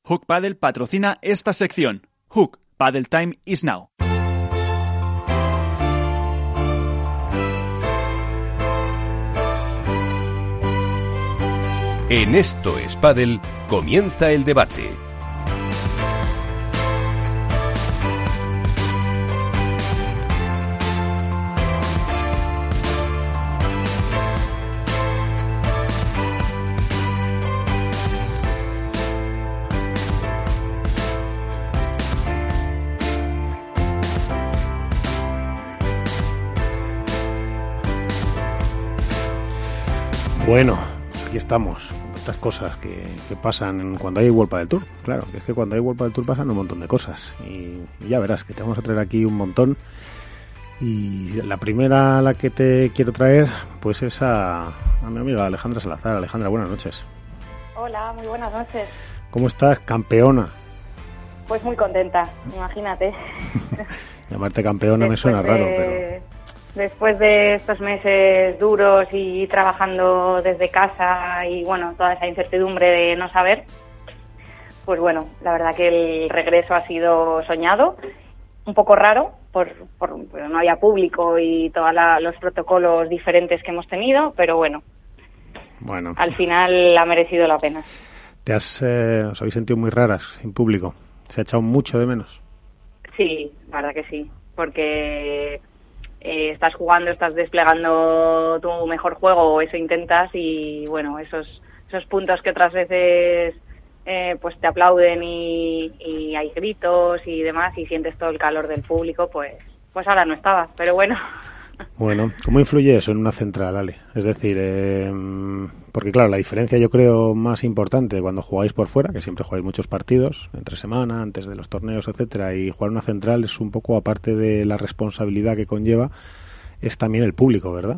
Hook Paddle patrocina esta sección. Hook Paddle Time is now. En Esto es Paddle comienza el debate. Bueno, aquí estamos. Estas cosas que pasan cuando hay World Padel Tour. Claro, que es que cuando hay World Padel Tour pasan un montón de cosas. Y ya verás que te vamos a traer aquí un montón. Y la primera a la que te quiero traer, pues es a mi amiga Alejandra Salazar. Alejandra, buenas noches. Hola, muy buenas noches. ¿Cómo estás, campeona? Pues muy contenta, imagínate. Llamarte campeona me suena raro, pero... Después de estos meses duros y trabajando desde casa y bueno, toda esa incertidumbre de no saber, pues bueno, la verdad que el regreso ha sido soñado, un poco raro, por no había público y todos los protocolos diferentes que hemos tenido, pero bueno, al final ha merecido la pena. Os habéis sentido muy raras en público? ¿Se ha echado mucho de menos? Sí, la verdad que sí, porque... estás jugando, estás desplegando tu mejor juego, o eso intentas, y bueno, esos puntos que otras veces pues te aplauden y hay gritos y demás, y sientes todo el calor del público, pues ahora no estaba, pero bueno. Bueno, ¿cómo influye eso en una central, Ale? Es decir, porque claro, la diferencia yo creo más importante cuando jugáis por fuera, que siempre jugáis muchos partidos, entre semana, antes de los torneos, etcétera, y jugar una central es un poco, aparte de la responsabilidad que conlleva, es también el público, ¿verdad?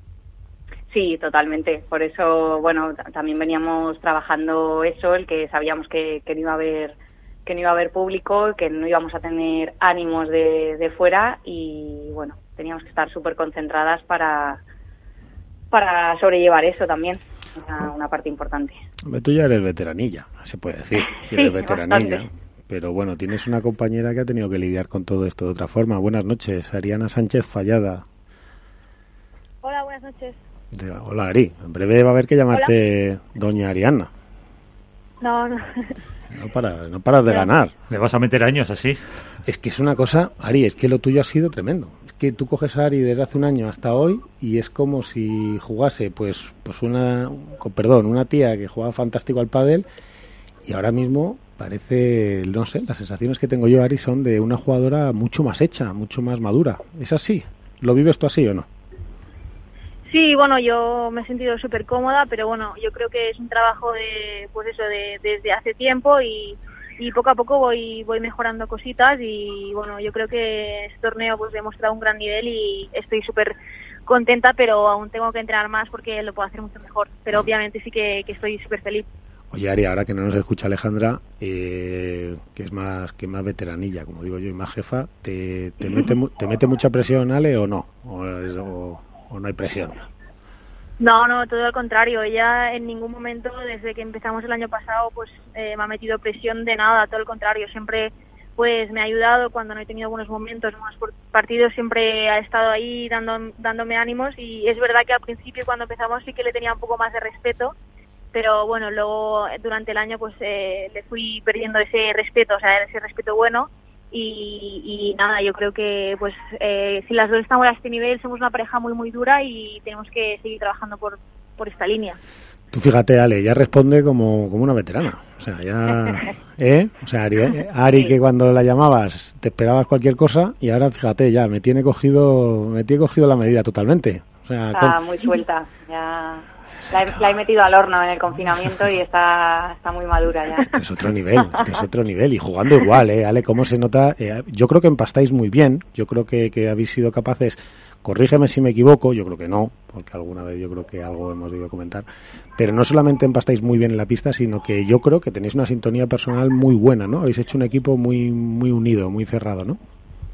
Sí, totalmente. Por eso, bueno, también veníamos trabajando eso, el que sabíamos que no iba a haber público, que no íbamos a tener ánimos de fuera, y bueno, teníamos que estar súper concentradas para sobrellevar eso también, una parte importante. Tú ya eres veteranilla, se puede decir, que eres veteranilla, bastante. Pero bueno, tienes una compañera que ha tenido que lidiar con todo esto de otra forma. Buenas noches, Ariana Sánchez Fallada. Hola, buenas noches. Hola, Ari, en breve va a haber que llamarte Hola. Doña Ariana. No. No paras de ganar. ¿Le vas a meter años así? Es que es una cosa, Ari, es que lo tuyo ha sido tremendo. Es que tú coges a Ari desde hace un año hasta hoy y es como si jugase pues una tía que jugaba fantástico al pádel, y ahora mismo parece, no sé, las sensaciones que tengo yo, Ari, son de una jugadora mucho más hecha, mucho más madura. ¿Es así? ¿Lo vives tú así o no? Sí, bueno, yo me he sentido súper cómoda, pero bueno, yo creo que es un trabajo desde hace tiempo y poco a poco voy mejorando cositas, y bueno, yo creo que este torneo pues he mostrado un gran nivel y estoy súper contenta, pero aún tengo que entrenar más porque lo puedo hacer mucho mejor, pero obviamente sí que estoy súper feliz. Oye, Ari, ahora que no nos escucha Alejandra, que es más veteranilla, como digo yo, y más jefa, ¿te mete mucha presión, Ale, o no? ¿O no hay presión? No, todo al contrario. Ella en ningún momento, desde que empezamos el año pasado, pues me ha metido presión de nada, todo al contrario. Siempre pues me ha ayudado cuando no he tenido buenos momentos, más por partidos, siempre ha estado ahí dándome ánimos, y es verdad que al principio cuando empezamos sí que le tenía un poco más de respeto, pero bueno, luego durante el año pues le fui perdiendo ese respeto, o sea, ese respeto bueno. Y nada, yo creo que pues si las dos estamos a este nivel, somos una pareja muy muy dura y tenemos que seguir trabajando por esta línea. Tú fíjate, Ale, ya responde como una veterana. O sea, ya... O sea, Ari, que cuando la llamabas te esperabas cualquier cosa, y ahora fíjate, ya me tiene cogido la medida totalmente. O sea, está muy suelta, ya... La he metido al horno en el confinamiento y está muy madura ya. Este es otro nivel, y jugando igual, Ale, cómo se nota. Yo creo que empastáis muy bien, yo creo que habéis sido capaces, corrígeme si me equivoco, yo creo que no, porque alguna vez yo creo que algo hemos debido comentar, pero no solamente empastáis muy bien en la pista, sino que yo creo que tenéis una sintonía personal muy buena, ¿no? Habéis hecho un equipo muy, muy unido, muy cerrado, ¿no?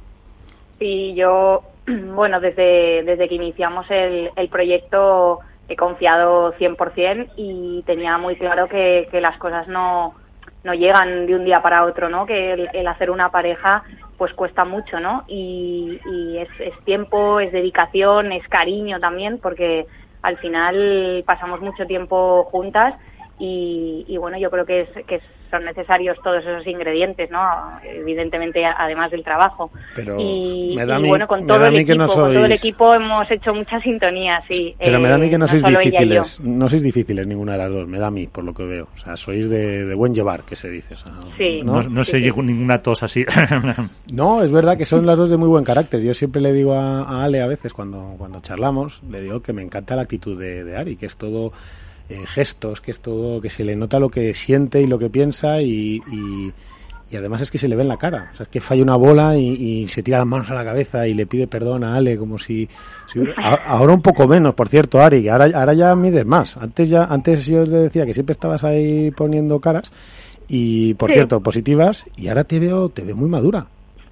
Sí, yo, bueno, desde que iniciamos el proyecto he confiado 100% y tenía muy claro que las cosas no no llegan de un día para otro, ¿no? Que el hacer una pareja pues cuesta mucho, ¿no? Y es tiempo, es dedicación, es cariño también, porque al final pasamos mucho tiempo juntas y bueno, yo creo que son necesarios todos esos ingredientes, ¿no? Evidentemente, además del trabajo. Pero y me da a mí, bueno, con todo el equipo hemos hecho mucha sintonía, sí. Pero me da a mí que no sois solo difíciles, no sois difíciles ninguna de las dos, me da a mí, por lo que veo. O sea, sois de buen llevar, que se dice. O sea, sí. No se llegó ninguna tos así. No, es verdad que son las dos de muy buen carácter. Yo siempre le digo a Ale a veces cuando charlamos, le digo que me encanta la actitud de Ari, que es todo gestos, que es todo, que se le nota lo que siente y lo que piensa y además es que se le ve en la cara. O sea, es que falla una bola y se tira las manos a la cabeza y le pide perdón a Ale como si ahora un poco menos, por cierto, Ari, que ahora ya mides más. Antes yo le decía que siempre estabas ahí poniendo caras y, por cierto, positivas, y ahora te veo muy madura.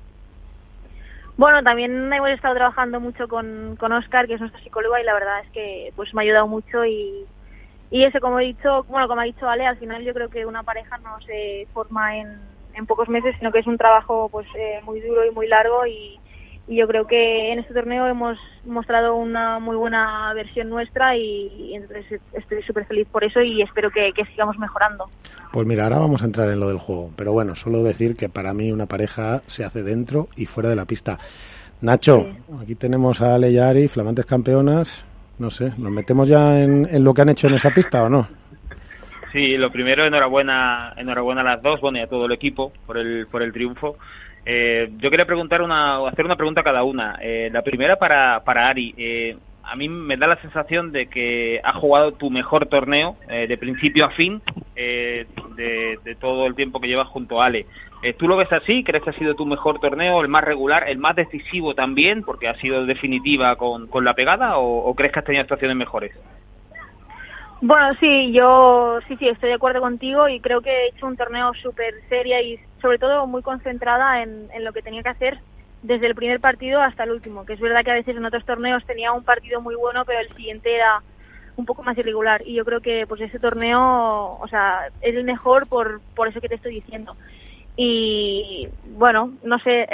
Bueno, también hemos estado trabajando mucho con Óscar, que es nuestra psicóloga, y la verdad es que pues me ha ayudado mucho y eso, como ha dicho Ale, al final yo creo que una pareja no se forma en pocos meses, sino que es un trabajo pues muy duro y muy largo y yo creo que en este torneo hemos mostrado una muy buena versión nuestra y entonces estoy súper feliz por eso y espero que sigamos mejorando. Pues mira, ahora vamos a entrar en lo del juego, pero bueno, solo decir que para mí una pareja se hace dentro y fuera de la pista. Nacho, aquí tenemos a Ale y a Ari, flamantes campeonas. No sé, ¿nos metemos ya en lo que han hecho en esa pista o no? Sí, lo primero, enhorabuena a las dos, bueno, y a todo el equipo por el triunfo. Yo quería hacer una pregunta a cada una. La primera para Ari. A mí me da la sensación de que has jugado tu mejor torneo de principio a fin de todo el tiempo que llevas junto a Ale. ¿Tú lo ves así? ¿Crees que ha sido tu mejor torneo, el más regular, el más decisivo también, porque ha sido definitiva con la pegada, o crees que has tenido actuaciones mejores? Bueno, sí, yo sí, estoy de acuerdo contigo y creo que he hecho un torneo súper seria y sobre todo muy concentrada en lo que tenía que hacer desde el primer partido hasta el último, que es verdad que a veces en otros torneos tenía un partido muy bueno, pero el siguiente era un poco más irregular y yo creo que pues ese torneo, o sea, es el mejor por eso que te estoy diciendo. Y bueno, no sé,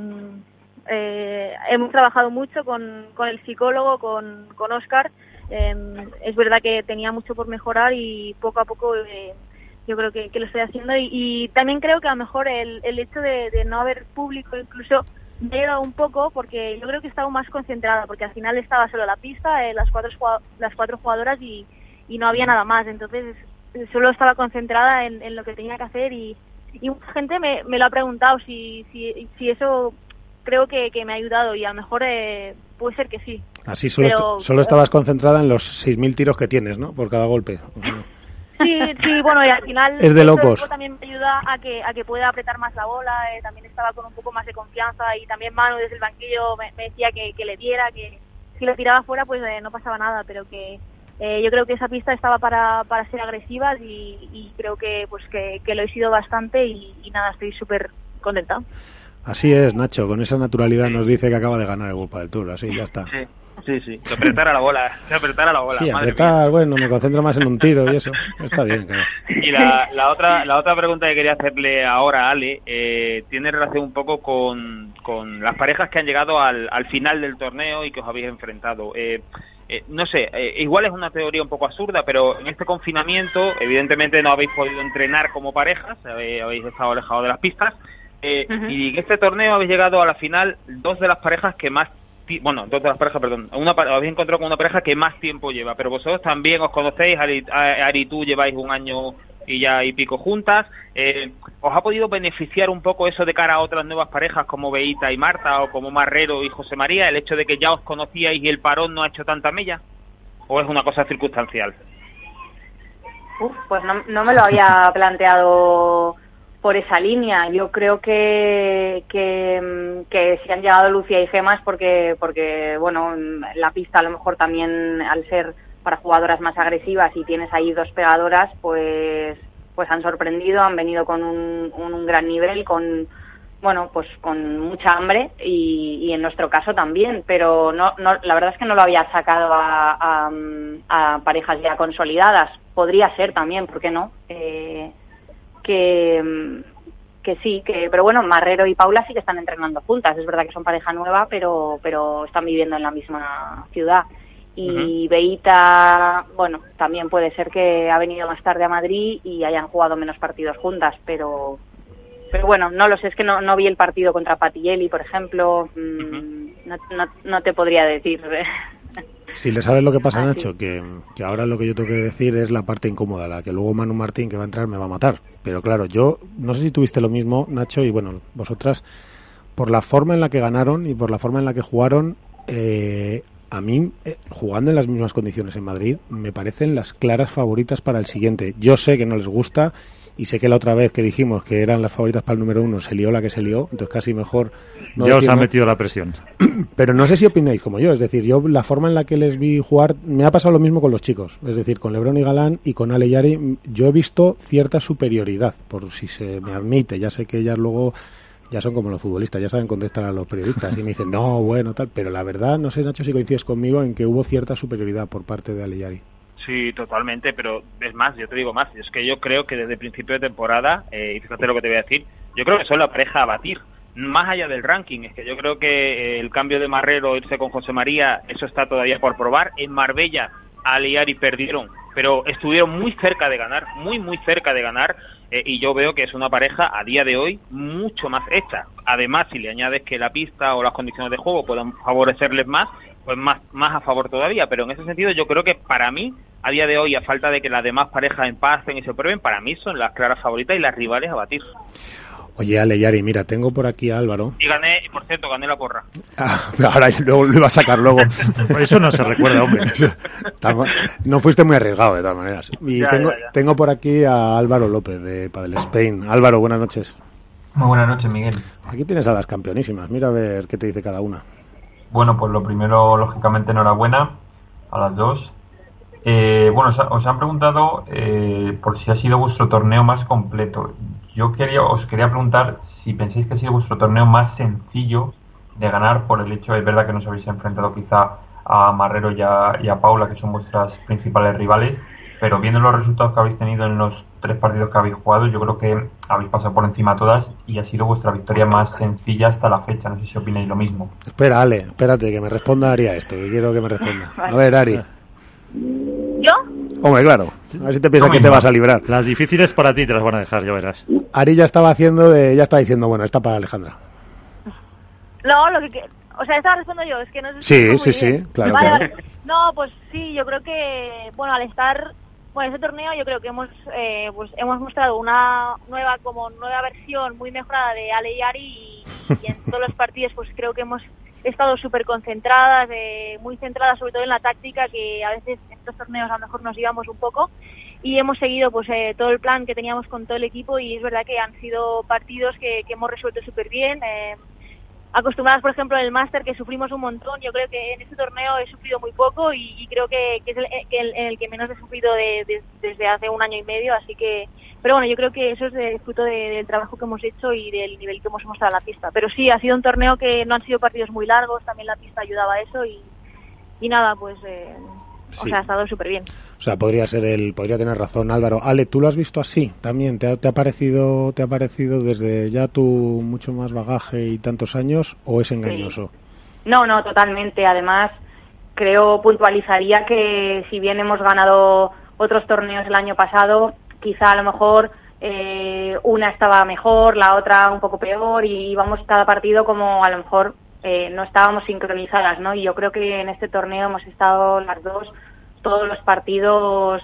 hemos trabajado mucho con el psicólogo, con Óscar. Es verdad que tenía mucho por mejorar y poco a poco yo creo que lo estoy haciendo y también creo que a lo mejor el hecho de no haber público incluso me ha ayudado un poco porque yo creo que estaba más concentrada porque al final estaba solo la pista, las cuatro jugadoras y no había nada más, entonces solo estaba concentrada en lo que tenía que hacer y mucha gente me lo ha preguntado si eso creo que me ha ayudado y a lo mejor puede ser que sí. Así solo estabas concentrada en los 6.000 tiros que tienes, ¿no? Por cada golpe. Sí, bueno, y al final es de locos. Eso también me ayuda a que pueda apretar más la bola, también estaba con un poco más de confianza y también Manu desde el banquillo me decía que le diera, que si lo tiraba fuera pues no pasaba nada, pero que yo creo que esa pista estaba para ser agresivas y creo que lo he sido bastante y nada, estoy súper contenta. Así es, Nacho, con esa naturalidad nos dice que acaba de ganar el World del Tour, así ya está. Sí, que apretara la bola. Sí, apretar, bueno, me concentro más en un tiro y eso, está bien, claro. Y la otra pregunta que quería hacerle ahora a Ale tiene relación un poco con las parejas que han llegado al final del torneo y que os habéis enfrentado. No sé, igual es una teoría un poco absurda, pero en este confinamiento evidentemente no habéis podido entrenar como parejas, habéis estado alejados de las pistas. Y en este torneo habéis llegado a la final dos de las parejas, habéis encontrado con una pareja que más tiempo lleva, pero vosotros también os conocéis, Ari y tú lleváis un año y pico juntas. ¿Os ha podido beneficiar un poco eso de cara a otras nuevas parejas como Beita y Marta o como Marrero y José María, el hecho de que ya os conocíais y el parón no ha hecho tanta mella? ¿O es una cosa circunstancial? Pues no me lo había planteado por esa línea. Yo creo que si han llegado Lucía y Gemas porque bueno, la pista a lo mejor también al ser para jugadoras más agresivas y tienes ahí dos pegadoras, pues han sorprendido, han venido con un gran nivel, con mucha hambre y en nuestro caso también, pero no la verdad es que no lo había sacado a parejas ya consolidadas. Podría ser también, ¿por qué no? que sí, pero bueno, Marrero y Paula sí que están entrenando juntas. Es verdad que son pareja nueva, pero están viviendo en la misma ciudad. Y Beita, bueno, también puede ser que ha venido más tarde a Madrid y hayan jugado menos partidos juntas, pero bueno, no lo sé, es que no vi el partido contra Patielli, por ejemplo, no te podría decir. Si le sabes lo que pasa, Nacho, que ahora lo que yo tengo que decir es la parte incómoda, la que luego Manu Martín, que va a entrar, me va a matar. Pero claro, yo no sé si tuviste lo mismo, Nacho, y bueno, vosotras, por la forma en la que ganaron y por la forma en la que jugaron, a mí, jugando en las mismas condiciones en Madrid, me parecen las claras favoritas para el siguiente. Yo sé que no les gusta y sé que la otra vez que dijimos que eran las favoritas para el número 1 se lió la que se lió, entonces casi mejor no ya decir, os ha ¿no? metido la presión. Pero no sé si opináis como yo, es decir, yo la forma en la que les vi jugar, me ha pasado lo mismo con los chicos, es decir, con Lebrón y Galán y con Ale y Ari, yo he visto cierta superioridad, por si se me admite, ya sé que ellas luego ya son como los futbolistas, ya saben contestar a los periodistas y me dicen, no, bueno, tal, pero la verdad, no sé, Nacho, si coincides conmigo en que hubo cierta superioridad por parte de Ale y Ari. Sí, totalmente, pero es más, yo te digo más, es que yo creo que desde el principio de temporada, y fíjate lo que te voy a decir, yo creo que son la pareja a batir, más allá del ranking, es que yo creo que el cambio de Marrero, irse con José María, eso está todavía por probar. En Marbella, Ale y Ari perdieron, pero estuvieron muy cerca de ganar, muy cerca de ganar, y yo veo que es una pareja a día de hoy mucho más hecha. Además, si le añades que la pista o las condiciones de juego puedan favorecerles más, pues más a favor todavía, pero en ese sentido yo creo que para mí, a día de hoy, a falta de que las demás parejas empaten y se prueben, para mí son las claras favoritas y las rivales a batir. Oye, Ale y Ari, mira, tengo por aquí a Álvaro. Y por cierto, gané la porra. Ahora luego lo iba a sacar luego. Eso no se recuerda, hombre. No fuiste muy arriesgado, de todas maneras. Y Ya. tengo por aquí a Álvaro López, de Padel Spain. Álvaro, buenas noches. Muy buenas noches, Miguel. Aquí tienes a las campeonísimas. Mira a ver qué te dice cada una. Bueno, pues lo primero, lógicamente, enhorabuena a las dos. Bueno, os han preguntado por si ha sido vuestro torneo más completo. Os quería preguntar si pensáis que ha sido vuestro torneo más sencillo de ganar por el hecho, es verdad que no os habéis enfrentado quizá a Marrero y a Paula, que son vuestras principales rivales, pero viendo los resultados que habéis tenido en los 3 partidos que habéis jugado, yo creo que habéis pasado por encima todas y ha sido vuestra victoria más sencilla hasta la fecha. No sé si opináis lo mismo. Espera, Ale, espérate, que me responda Ari a esto, que quiero que me responda. A ver, Ari. ¿Yo? Hombre, claro. A ver si te piensas que te vas a librar. Las difíciles para ti te las van a dejar, ya verás. Ari ya estaba diciendo, bueno, está para Alejandra. No, o sea, estaba respondiendo yo, es que no sé si Sí, claro. Vale, Claro. vale. No, pues sí, yo creo que, bueno, al estar, bueno, ese torneo yo creo que hemos mostrado una nueva versión muy mejorada de Ale y Ari y en todos los partidos pues creo que hemos estado súper concentradas, muy centradas sobre todo en la táctica, que a veces en estos torneos a lo mejor nos íbamos un poco, y hemos seguido pues todo el plan que teníamos con todo el equipo, y es verdad que han sido partidos que hemos resuelto súper bien. Acostumbradas, por ejemplo, en el Máster, que sufrimos un montón. Yo creo que en este torneo he sufrido muy poco y creo que es el que menos he sufrido desde hace un año y medio, así que... Pero bueno, yo creo que eso es fruto del trabajo que hemos hecho y del nivel que hemos mostrado en la pista. Pero sí, ha sido un torneo que no han sido partidos muy largos, también la pista ayudaba a eso y nada, pues... Sí. O sea, ha estado súper bien. O sea, podría tener razón Álvaro. Ale, ¿tú lo has visto así también? ¿Te ha parecido desde ya tu mucho más bagaje y tantos años, o es engañoso? Sí. No, totalmente. Además, puntualizaría que si bien hemos ganado otros torneos el año pasado, quizá a lo mejor una estaba mejor, la otra un poco peor, y íbamos cada partido como a lo mejor no estábamos sincronizadas, ¿no? Y yo creo que en este torneo hemos estado las dos, todos los partidos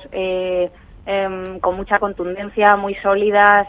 con mucha contundencia, muy sólidas.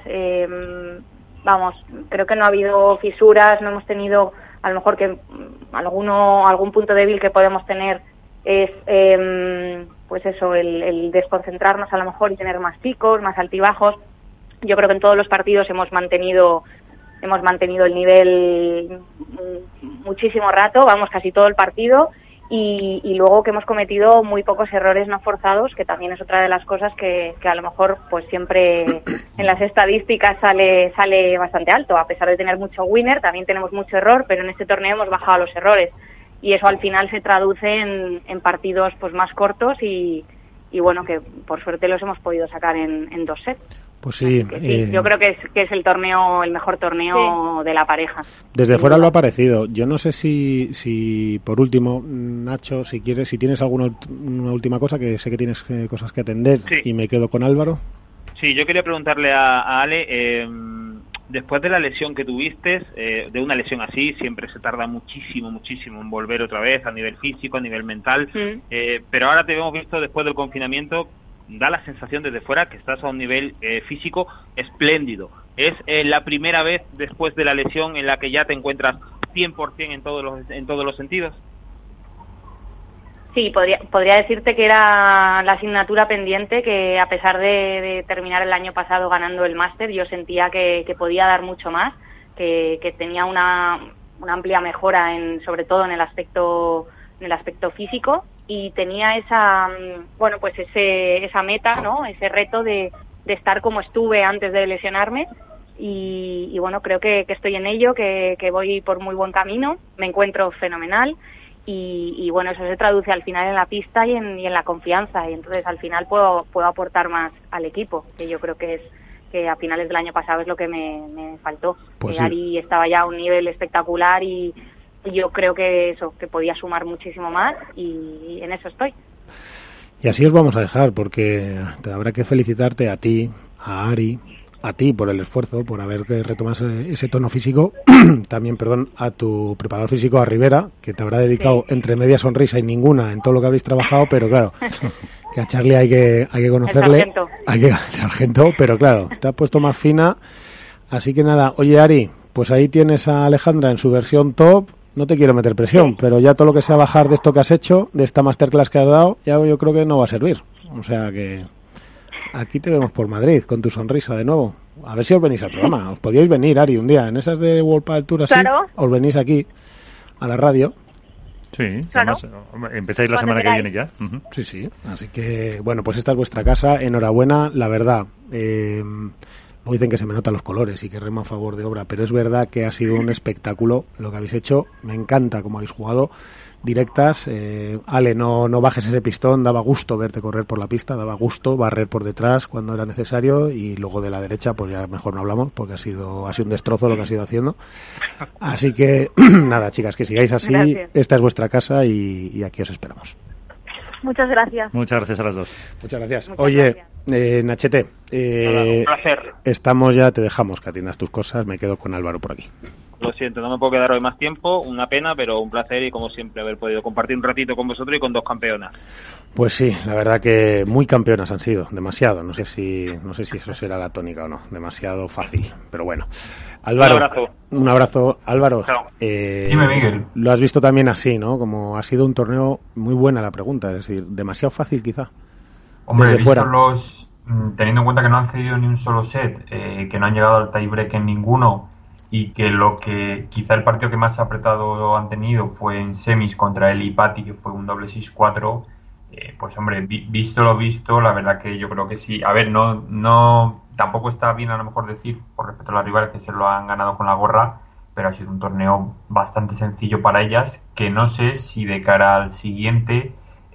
Vamos, creo que no ha habido fisuras, no hemos tenido, a lo mejor que algún punto débil que podemos tener es pues eso, el desconcentrarnos a lo mejor y tener más picos, más altibajos. Yo creo que en todos los partidos hemos mantenido el nivel muchísimo rato, vamos, casi todo el partido, y luego que hemos cometido muy pocos errores no forzados, que también es otra de las cosas que a lo mejor pues siempre en las estadísticas sale bastante alto. A pesar de tener mucho winner, también tenemos mucho error, pero en este torneo hemos bajado los errores, y eso al final se traduce en partidos pues más cortos y bueno, que por suerte los hemos podido sacar en 2 sets. Pues sí, sí, yo creo que es el mejor torneo de la pareja. Desde fuera lo ha parecido. Yo no sé si por último, Nacho, si tienes una última cosa, que sé que tienes cosas que atender, y me quedo con Álvaro. Sí, yo quería preguntarle a Ale, después de la lesión que tuviste, de una lesión así, siempre se tarda muchísimo en volver otra vez, a nivel físico, a nivel mental, pero ahora te hemos visto después del confinamiento. Da la sensación desde fuera que estás a un nivel físico espléndido. ¿Es la primera vez después de la lesión en la que ya te encuentras 100% en todos los sentidos? Sí, podría decirte que era la asignatura pendiente, que a pesar de terminar el año pasado ganando el máster, yo sentía que podía dar mucho más, que tenía una amplia mejora, sobre todo en el aspecto físico, y tenía esa meta, ¿no? Ese reto de estar como estuve antes de lesionarme, y bueno, creo que estoy en ello, que voy por muy buen camino, me encuentro fenomenal, y bueno, eso se traduce al final en la pista y en la confianza, y entonces al final puedo aportar más al equipo, que yo creo que a finales del año pasado es lo que me faltó. Pues Ari estaba ya a un nivel espectacular, y yo creo que podía sumar muchísimo más, y en eso estoy. Y así os vamos a dejar, porque habrá que felicitarte a ti, a Ari, a ti por el esfuerzo, por haber retomado ese tono físico, también, a tu preparador físico, a Rivera, que te habrá dedicado entre media sonrisa y ninguna en todo lo que habréis trabajado, pero claro, que a Charlie hay que conocerle, el sargento, pero claro, te ha puesto más fina, así que nada. Oye, Ari, pues ahí tienes a Alejandra en su versión top. No te quiero meter presión, pero ya todo lo que sea bajar de esto que has hecho, de esta masterclass que has dado, ya yo creo que no va a servir. O sea que aquí te vemos por Madrid, con tu sonrisa de nuevo. A ver si os venís al programa. Os podíais venir, Ari, un día. En esas de World Padel Tour así, claro. Os venís aquí, a la radio. Sí, claro. Además, empezáis la semana que viene ya. Uh-huh. Sí. Así que, bueno, pues esta es vuestra casa. Enhorabuena, la verdad. Luego dicen que se me notan los colores y que rema a favor de obra, pero es verdad que ha sido un espectáculo lo que habéis hecho. Me encanta cómo habéis jugado, directas. Ale, no bajes ese pistón, daba gusto verte correr por la pista, daba gusto barrer por detrás cuando era necesario, y luego de la derecha pues ya mejor no hablamos, porque ha sido un destrozo lo que has ido haciendo. Así que nada, chicas, que sigáis así. Gracias. Esta es vuestra casa y aquí os esperamos. Muchas gracias. Muchas gracias a las dos. Muchas gracias. Oye, Nachete, un placer. Estamos ya, te dejamos que atiendas tus cosas, me quedo con Álvaro por aquí. Lo siento, no me puedo quedar hoy más tiempo, una pena, pero un placer, y como siempre haber podido compartir un ratito con vosotros y con dos campeonas. Pues sí, la verdad que muy campeonas han sido, demasiado, no sé si eso será la tónica o no, demasiado fácil, pero bueno. Álvaro, un abrazo. Álvaro, dime, Miguel. Lo has visto también así, ¿no? Como ha sido un torneo, muy buena la pregunta, es decir, demasiado fácil quizá. Hombre, he visto teniendo en cuenta que no han cedido ni un solo set, que no han llegado al tiebreak en ninguno, y que quizá el partido que más apretado han tenido fue en semis contra Eli y Patti, que fue un doble 6-4, pues hombre, visto lo visto, la verdad que yo creo que sí. A ver, no tampoco está bien a lo mejor decir, por respeto a las rivales, que se lo han ganado con la gorra, pero ha sido un torneo bastante sencillo para ellas, que no sé si de cara al siguiente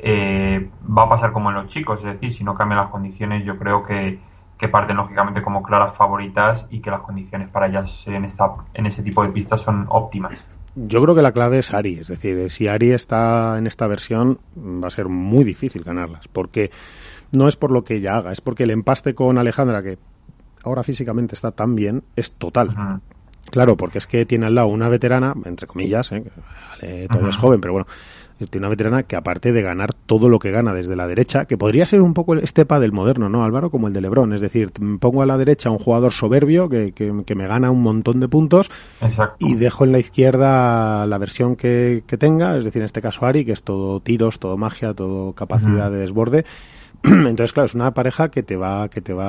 va a pasar como en los chicos, es decir, si no cambian las condiciones, yo creo que parten lógicamente como claras favoritas, y que las condiciones para ellas en ese tipo de pistas son óptimas. Yo creo que la clave es Ari, es decir, si Ari está en esta versión va a ser muy difícil ganarlas, porque no es por lo que ella haga, es porque el empaste con Alejandra, que ahora físicamente está tan bien, es total. Uh-huh. Claro, porque es que tiene al lado una veterana, entre comillas, que todavía es joven, pero bueno, tiene una veterana que, aparte de ganar todo lo que gana desde la derecha, que podría ser un poco este pádel moderno, ¿no, Álvaro? Como el de LeBron, es decir, pongo a la derecha a un jugador soberbio que me gana un montón de puntos. Exacto. Y dejo en la izquierda la versión que tenga, es decir, en este caso Ari, que es todo tiros, todo magia, todo capacidad de desborde. Entonces, claro, es una pareja que te va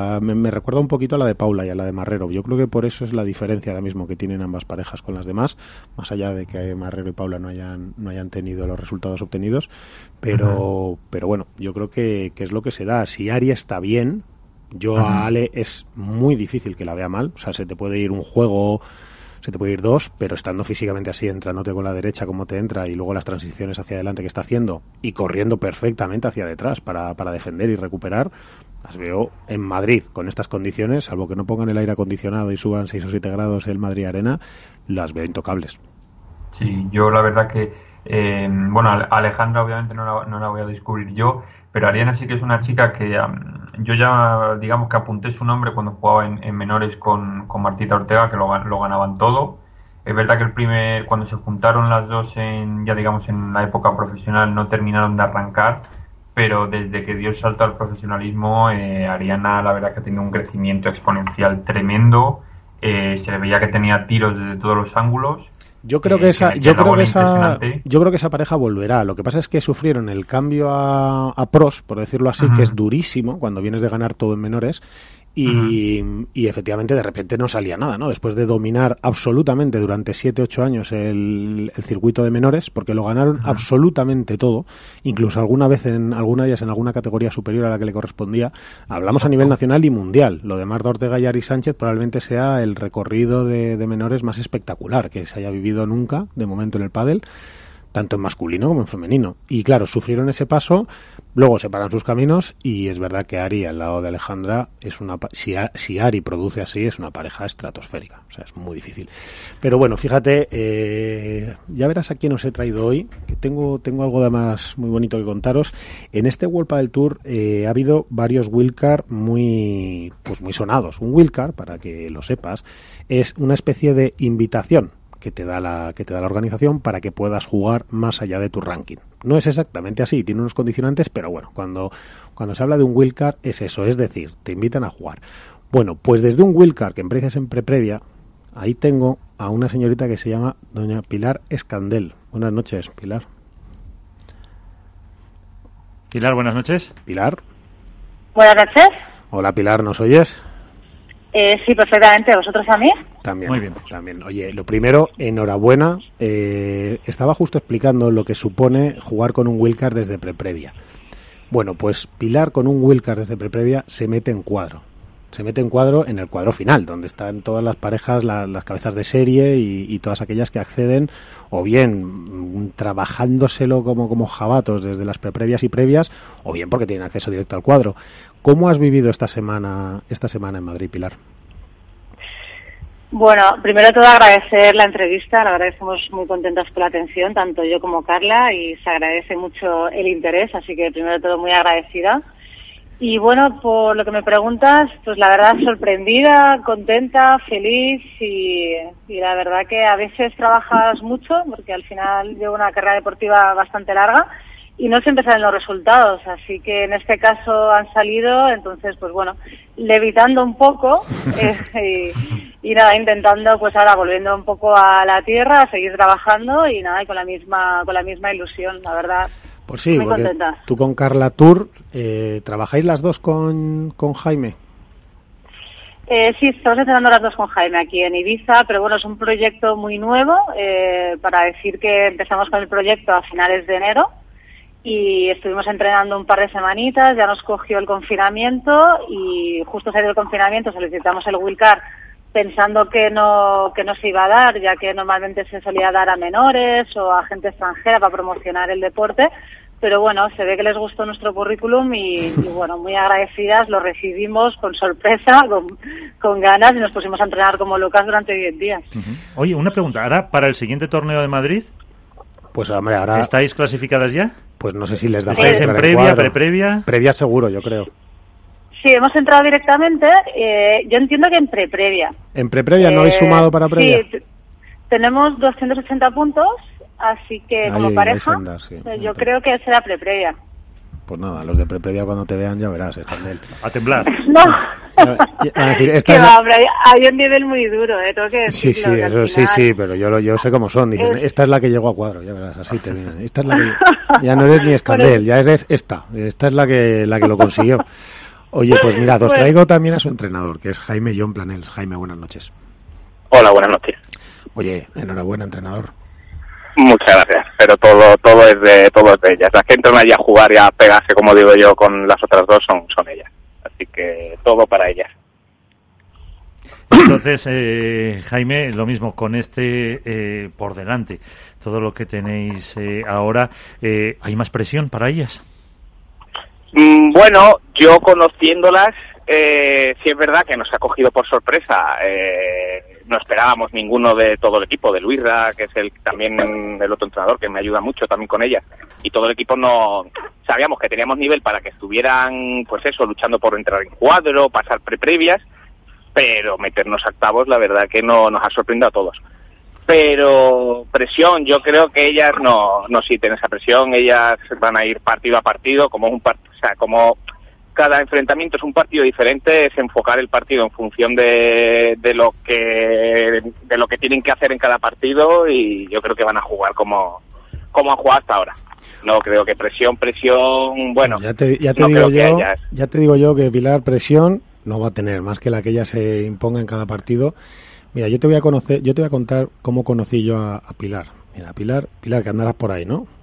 me recuerda un poquito a la de Paula y a la de Marrero. Yo creo que por eso es la diferencia ahora mismo que tienen ambas parejas con las demás, más allá de que Marrero y Paula no hayan tenido los resultados obtenidos, pero bueno, yo creo que es lo que se da. Si Ari está bien, a Ale es muy difícil que la vea mal, o sea, se te puede ir un juego, se te puede ir dos, pero estando físicamente así, entrándote con la derecha como te entra, y luego las transiciones hacia adelante que está haciendo, y corriendo perfectamente hacia detrás para defender y recuperar, Las veo en Madrid con estas condiciones, salvo que no pongan el aire acondicionado y suban 6 o 7 grados el Madrid Arena, las veo intocables. Sí, yo la verdad que, Alejandra obviamente no la voy a descubrir yo, pero Ariana sí que es una chica que yo ya, digamos que apunté su nombre cuando jugaba en menores con Martita Ortega, que lo ganaban todo. Es verdad que cuando se juntaron las dos en la época profesional no terminaron de arrancar, pero desde que dio el salto al profesionalismo, Ariana la verdad que ha tenido un crecimiento exponencial tremendo, se le veía que tenía tiros desde todos los ángulos. Yo creo que esa pareja volverá. Lo que pasa es que sufrieron el cambio a pros, por decirlo así, que es durísimo cuando vienes de ganar todo en menores. Y efectivamente de repente no salía nada, ¿no? Después de dominar absolutamente durante 7-8 años el circuito de menores, porque lo ganaron absolutamente todo, incluso alguna vez en alguna de ellas en alguna categoría superior a la que le correspondía. Hablamos a nivel nacional y mundial. Lo de Marta Ortega y Ari Sánchez probablemente sea el recorrido de menores más espectacular que se haya vivido nunca, de momento, en el pádel, tanto en masculino como en femenino. Y claro, sufrieron ese paso, luego separan sus caminos, y es verdad que Ari al lado de Alejandra es si Ari produce así, es una pareja estratosférica. O sea, es muy difícil. Pero bueno, fíjate, ya verás a quién os he traído hoy, que tengo algo de más muy bonito que contaros. En este World Padel Tour ha habido varios wildcard muy sonados. Un wildcard, para que lo sepas, es una especie de invitación que te da la organización para que puedas jugar más allá de tu ranking. No es exactamente así, tiene unos condicionantes, pero bueno, cuando se habla de un wildcard es eso, es decir, te invitan a jugar. Bueno, pues desde un wildcard que empiezas en preprevia, ahí tengo a una señorita que se llama doña Pilar Escandel. Buenas noches, Pilar. Pilar, buenas noches. Pilar. Buenas noches. Hola, Pilar, ¿nos oyes? Sí, perfectamente. ¿Vosotros a mí? También. Muy bien. También. Oye, lo primero, enhorabuena. Estaba justo explicando lo que supone jugar con un wildcard desde preprevia. Bueno, pues Pilar con un wildcard desde preprevia se mete en cuadro. Se mete en cuadro en el cuadro final, donde están todas las parejas, las cabezas de serie y todas aquellas que acceden, o bien trabajándoselo como jabatos desde las preprevias y previas, o bien porque tienen acceso directo al cuadro. ¿Cómo has vivido esta semana en Madrid, Pilar? Bueno, primero de todo agradecer la entrevista. La verdad que estamos muy contentas con la atención, tanto yo como Carla, y se agradece mucho el interés, así que primero de todo muy agradecida. Y bueno, por lo que me preguntas, pues la verdad sorprendida, contenta, feliz y la verdad que a veces trabajas mucho, porque al final llevo una carrera deportiva bastante larga y no siempre salen los resultados, así que en este caso han salido, entonces pues bueno, levitando un poco y nada, intentando pues ahora volviendo un poco a la tierra, a seguir trabajando y nada, y con la misma ilusión, la verdad. Pues sí, muy porque contenta. Tú con Carla Tour, ¿trabajáis las dos con Jaime? Sí, estamos entrenando las dos con Jaime aquí en Ibiza, pero bueno, es un proyecto muy nuevo, para decir que empezamos con el proyecto a finales de enero y estuvimos entrenando un par de semanitas, ya nos cogió el confinamiento y justo salió el confinamiento solicitamos el wildcard pensando que no se iba a dar, ya que normalmente se solía dar a menores o a gente extranjera para promocionar el deporte, pero bueno, se ve que les gustó nuestro currículum y bueno, muy agradecidas, lo recibimos con sorpresa, con ganas y nos pusimos a entrenar como locas durante 10 días. Uh-huh. Oye, una pregunta, ¿ahora para el siguiente torneo de Madrid? Pues hombre, ahora... ¿Estáis clasificadas ya? Pues no sé si les da... ¿Estáis en previa, preprevia? Previa seguro, yo creo. Sí, hemos entrado directamente, yo entiendo que en preprevia. ¿En preprevia no habéis sumado para previa? Sí, tenemos 280 puntos, así que ahí, como pareja, andar, sí. Yo creo que será preprevia. Pues nada, los de preprevia cuando te vean ya verás, Escandel. A temblar. No. A decir, que va, hombre, hay un nivel muy duro, tengo que decirlo. Sí, eso final... sí, pero yo sé cómo son. Dicen, esta es la que llegó a cuadro, ya verás, así te vienen. Esta es la que... Ya no eres ni Escandel, ya eres esta es la que lo consiguió. Oye, pues mirad, os traigo también a su entrenador, que es Jaime John Planels. Jaime, buenas noches. Hola, buenas noches. Oye, enhorabuena, entrenador. Muchas gracias, pero todo es de ellas. Las que entran allí a jugar y a pegarse, como digo yo, con las otras dos son ellas. Así que todo para ellas. Entonces, Jaime, lo mismo, con por delante, todo lo que tenéis ahora, ¿hay más presión para ellas? Bueno, yo conociéndolas, sí es verdad que nos ha cogido por sorpresa. No esperábamos ninguno de todo el equipo, de Luisra, que es también el otro entrenador que me ayuda mucho también con ella, y todo el equipo no sabíamos que teníamos nivel para que estuvieran, pues eso, luchando por entrar en cuadro, pasar previas, pero meternos a octavos, la verdad que no nos ha sorprendido a todos. Pero presión, yo creo que ellas no sienten esa presión, ellas van a ir partido a partido, como como cada enfrentamiento es un partido diferente, es enfocar el partido en función de lo que tienen que hacer en cada partido, y yo creo que van a jugar como han jugado hasta ahora. No creo que presión, bueno, ya te digo yo que Pilar presión no va a tener, más que la que ella se imponga en cada partido. Mira, yo te voy a contar cómo conocí yo a Pilar. Mira, Pilar, que andarás por ahí, ¿no?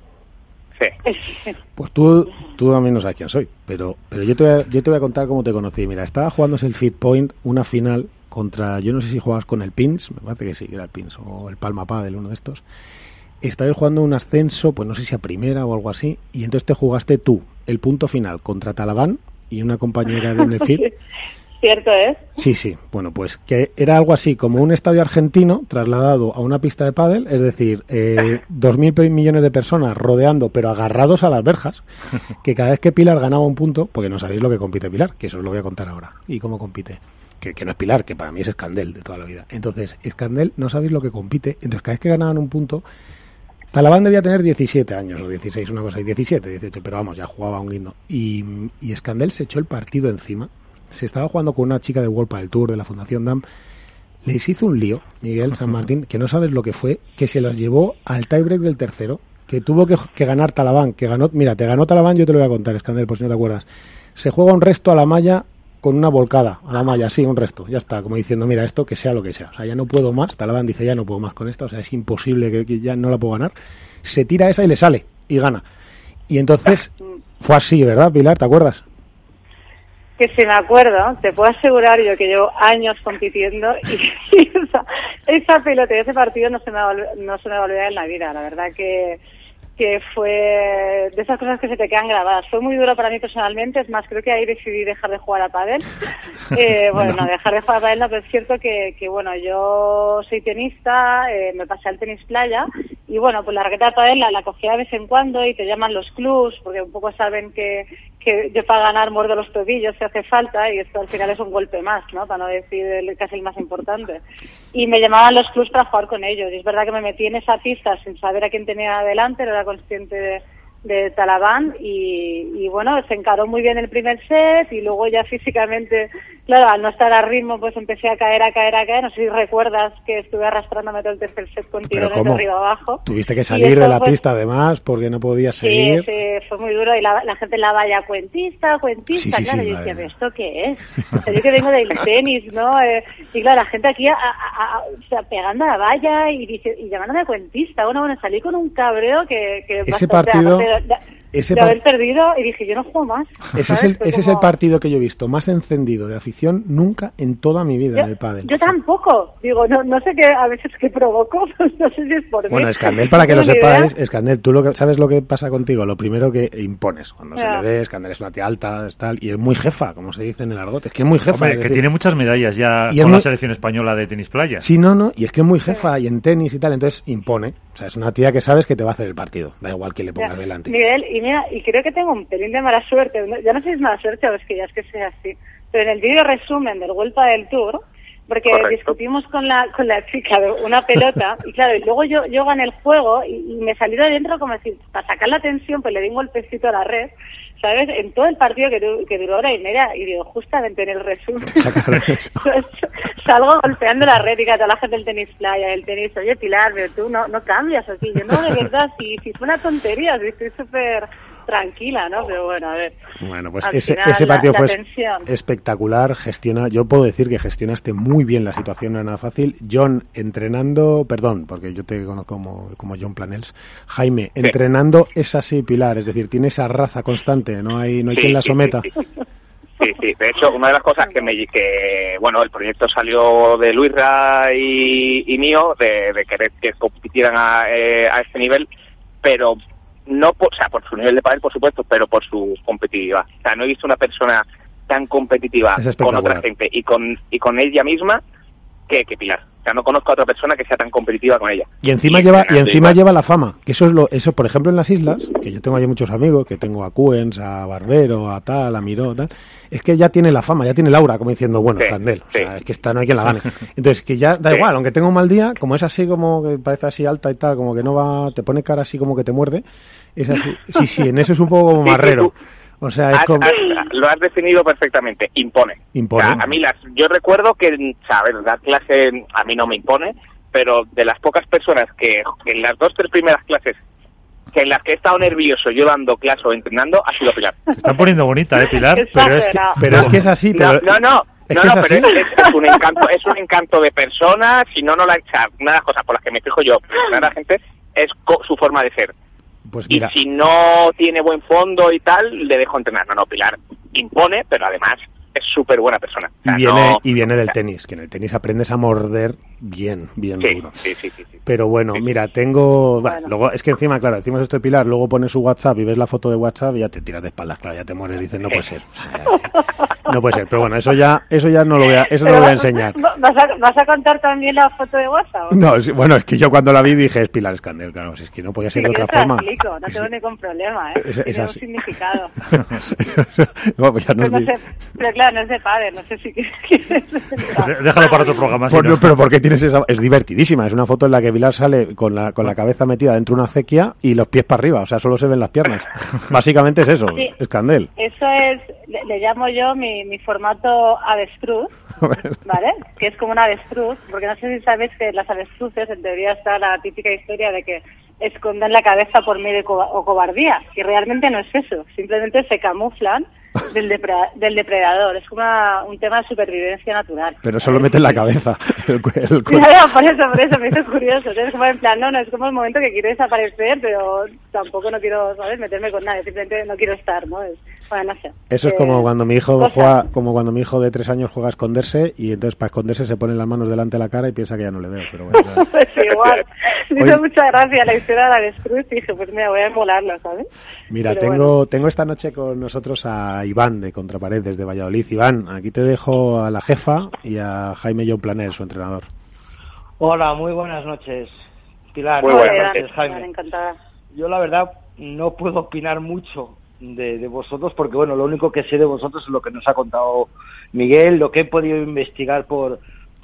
Sí. Pues tú a mí no sabes quién soy, pero yo te voy a contar cómo te conocí. Mira, estaba jugándose el Fit Point, una final contra, yo no sé si jugabas con el Pins, me parece que sí, era el Pins, o el Palma Padel, uno de estos. Estabas jugando un ascenso, pues no sé si a primera o algo así, y entonces te jugaste tú el punto final contra Talabán y una compañera de Nefit. Cierto es. Sí, bueno, pues que era algo así como un estadio argentino trasladado a una pista de pádel, es decir, 2.000 millones de personas rodeando, pero agarrados a las verjas, que cada vez que Pilar ganaba un punto, porque no sabéis lo que compite Pilar, que eso os lo voy a contar ahora, y cómo compite, que no es Pilar, que para mí es Escandel de toda la vida. Entonces, Escandel no sabéis lo que compite, entonces cada vez que ganaban un punto, Talabán debía tener 17 años o 16, una cosa así, 17, 18, pero vamos, ya jugaba un guindo. Y Escandel se echó el partido encima. Se estaba jugando con una chica de World Padel Tour de la Fundación DAM. Les hizo un lío, Miguel San Martín, que no sabes lo que fue, que se las llevó al tiebreak del tercero, que tuvo que ganar Talabán, te ganó Talabán, yo te lo voy a contar, Escandel, por si no te acuerdas. Se juega un resto a la malla con una volcada, a la malla, sí, un resto, ya está, como diciendo, mira, esto que sea lo que sea, o sea, ya no puedo más, Talabán dice, ya no puedo más con esta, o sea, es imposible que ya no la puedo ganar. Se tira esa y le sale, y gana. Y entonces, fue así, ¿verdad, Pilar? ¿Te acuerdas? Que si me acuerdo, te puedo asegurar yo que llevo años compitiendo y esa pelota y ese partido no se me va a olvidar en la vida. La verdad que fue de esas cosas que se te quedan grabadas. Fue muy duro para mí personalmente, es más, creo que ahí decidí dejar de jugar a pádel. No, dejar de jugar a pádel no, pero es cierto que bueno, yo soy tenista, me pasé al tenis playa, y bueno, pues la raqueta de pádel la cogía de vez en cuando, y te llaman los clubs, porque un poco saben que yo para ganar muerdo los tobillos si hace falta, y esto al final es un golpe más, ¿no? Para no decir casi el más importante. Y me llamaban los clubs para jugar con ellos, y es verdad que me metí en esa pista sin saber a quién tenía adelante, era consciente de Talabán, y bueno, se encaró muy bien el primer set, y luego ya físicamente, claro, al no estar a ritmo, pues empecé a caer, no sé si recuerdas que estuve arrastrándome todo el tercer set con tirones de arriba abajo. Tuviste que salir de la pista además, porque no podías seguir. Sí, fue muy duro, y la gente en la valla, cuentista, sí, claro, sí, yo decía, ¿pero esto qué es? O sea, yo que vengo del tenis, ¿no? Y claro, la gente aquí o sea, pegando a la valla y llamándome cuentista. Bueno, salí con un cabreo que ese partido... de haber perdido, y dije, yo no juego más. Ese es el partido que yo he visto más encendido de afición nunca en toda mi vida en el pádel. Yo tampoco, digo, no sé qué a veces qué provoco, no sé si es por mí. Bueno, Escandel, para que lo sepáis, Escandel, tú sabes lo que pasa contigo, lo primero que impones, cuando se le ve, Escandel es una tía alta, tal, y es muy jefa, como se dice en el argot, es que es muy jefa. Hombre, que tiene muchas medallas ya con la selección española de tenis playa. Sí, no, y es que es muy jefa, y en tenis y tal, entonces impone. O sea, es una tía que sabes que te va a hacer el partido, da igual quién le pongas delante. Miguel, y creo que tengo un pelín de mala suerte, ya no sé si es mala suerte o es que ya es que sea así, pero en el vídeo resumen del World Padel Tour, porque discutimos con la chica de una pelota, y claro, y luego yo gané el juego, y me salí de dentro como decir, para sacar la tensión, pues le di un golpecito a la red, ¿sabes? En todo el partido que duró hora y media, y digo, justamente en el resumen, salgo golpeando la red, y a toda la gente del tenis playa, del tenis, oye, Pilar, pero tú no cambias así. Yo no, de verdad, si fue una tontería, si estoy súper tranquila, ¿no? Pero bueno, a ver. Bueno, pues ese partido fue espectacular, yo puedo decir que gestionaste muy bien la situación, no era nada fácil. John entrenando, perdón, porque yo te conozco como John Planels, Jaime, entrenando es así, Pilar, es decir, tiene esa raza constante, no hay quien la someta. Sí, de hecho, una de las cosas bueno, el proyecto salió de Luisra y mío, de querer que compitieran a este nivel, pero no por su nivel de pádel, por supuesto, pero por su competitividad. O sea, no he visto una persona tan competitiva con otra gente y con ella misma que Pilar. O sea, no conozco a otra persona que sea tan competitiva con ella. Y encima lleva la fama, que eso por ejemplo en las islas, que yo tengo allí muchos amigos, que tengo a Cuens, a Barbero, a tal, a Miró, tal, es que ya tiene la fama, ya tiene el aura, como diciendo, bueno, Candel, o sea, es que esta no hay quien la gane. Entonces, que ya da igual, aunque tenga un mal día, como es así, como que parece así alta y tal, como que no va, te pone cara así como que te muerde, es así, sí, en eso es un poco como marrero. O sea, es como... lo has definido perfectamente, impone. O sea, a mí yo recuerdo que, ¿sabes? Dar clase a mí no me impone, pero de las pocas personas que en las 2-3 primeras clases que en las que he estado nervioso yo dando clase o entrenando, ha sido Pilar. Se está poniendo bonita, Pilar. Pero es que es así. Pero... No, pero es un encanto de persona. Si no la echar. Una de las cosas por las que me fijo yo, a la gente, es su forma de ser. Pues mira. Y si no tiene buen fondo y tal, le dejo entrenar. No, Pilar impone, pero además es súper buena persona. O sea, y viene del tenis, que en el tenis aprendes a morder bien duro. Sí. Pero bueno, mira, luego es que encima, claro, decimos esto de Pilar, luego pones su WhatsApp y ves la foto de WhatsApp y ya te tiras de espaldas, claro, ya te mueres y dices, no puede ser. O sea, no puede ser, pero bueno, eso ya no lo voy a enseñar. ¿Vas a contar también la foto de WhatsApp? No, bueno, es que yo cuando la vi dije, es Pilar Escandel, claro, es que no podía ser de otra forma. No tengo ningún problema, tiene un significado. No, pues pero claro, no es de padre, no sé si quieres... Déjalo para otro programa. Pero ¿por qué tienes esa? Es divertidísima, es una foto en la que Pilar sale con la cabeza metida dentro de una acequia y los pies para arriba, o sea, solo se ven las piernas. Básicamente es eso, sí, Escandel. Eso es, le llamo yo mi formato avestruz, ¿vale? Que es como un avestruz, porque no sé si sabes que las avestruces, en teoría está la típica historia de que esconden la cabeza por miedo o cobardía, y realmente no es eso, simplemente se camuflan del depredador, es como un tema de supervivencia natural. Pero solo meten la cabeza. Por eso me hizo curioso, es como en plan, no, es como el momento que quiero desaparecer, pero tampoco no quiero, ¿sabes?, meterme con nadie, simplemente no quiero estar, ¿no? Bueno, no sé. Eso es como cuando mi hijo de 3 años juega a esconderse y entonces para esconderse se pone las manos delante de la cara y piensa que ya no le veo, pero bueno. Pues igual, me hizo mucha gracia la historia de la avestruz y dije, pues mira, voy a emularlo, ¿sabes? Mira, tengo esta noche con nosotros a Iván de Contrapared desde Valladolid. Iván, aquí te dejo a la jefa y a Jaime John Planer, su entrenador. Hola, muy buenas noches, Pilar. Muy buenas noches, Jaime. Encantada. Yo la verdad no puedo opinar mucho de vosotros porque bueno, lo único que sé de vosotros es lo que nos ha contado Miguel, lo que he podido investigar por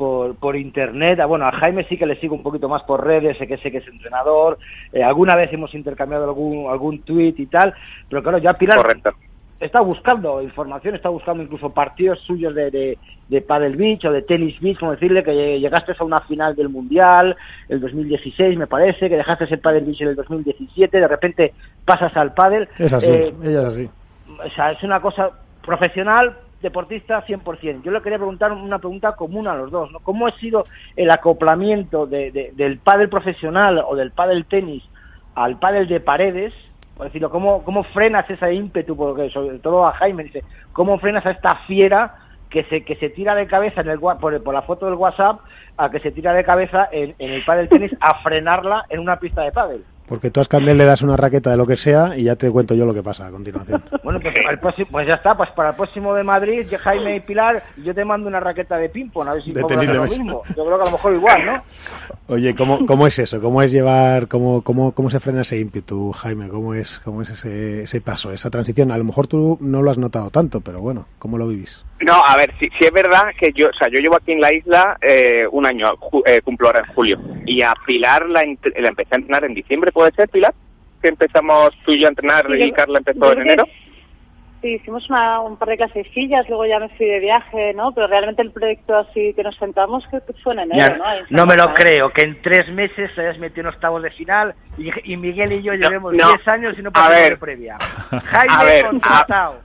internet. Bueno, a Jaime sí que le sigo un poquito más por redes, sé que es entrenador, alguna vez hemos intercambiado algún tuit y tal, pero claro, ya Pilar... Correcto. Está buscando información, está buscando incluso partidos suyos de Paddle Beach o de Tennis Beach, como decirle que llegaste a una final del Mundial, el 2016 me parece, que dejaste el Paddle Beach en el 2017, de repente pasas al pádel. Es así, ella es así. O sea, es una cosa profesional, deportista 100%. Yo le quería preguntar una pregunta común a los dos, ¿no? ¿Cómo ha sido el acoplamiento del pádel profesional o del pádel tenis al pádel de paredes? Por decirlo, ¿cómo frenas ese ímpetu? Porque sobre todo a Jaime dice, ¿cómo frenas a esta fiera que se tira de cabeza por la foto del WhatsApp a que se tira de cabeza en el pádel tenis a frenarla en una pista de pádel? Porque tú a Escandel le das una raqueta de lo que sea y ya te cuento yo lo que pasa a continuación. Bueno, pues ya está, pues para el próximo de Madrid, Jaime y Pilar, yo te mando una raqueta de ping-pong, a ver si podemos hacer lo mismo. Yo creo que a lo mejor igual, ¿no? Oye, ¿cómo es eso? ¿Cómo es llevar, cómo se frena ese ímpetu, Jaime? ¿Cómo es ese paso, esa transición? A lo mejor tú no lo has notado tanto, pero bueno, ¿cómo lo vivís? No, a ver, si es verdad que yo llevo aquí en la isla un año, cumplo ahora en julio, y a Pilar la empecé a entrenar en diciembre, ¿puede ser, Pilar? Que empezamos tú y yo a entrenar y Carla empezó en enero. Sí, hicimos un par de clasecillas, luego ya me fui de viaje, ¿no? Pero realmente el proyecto así que nos sentamos que fue en enero, ¿no? No me lo creo, que en 3 meses se hayas metido en octavos de final y Miguel y yo llevemos 10 años y no pasamos de previa. Jaime contratado.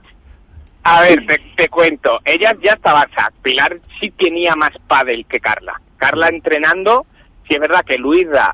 A ver, te cuento. Ella ya estaba, o sea, Pilar sí tenía más pádel que Carla. Carla entrenando, sí es verdad que Luisra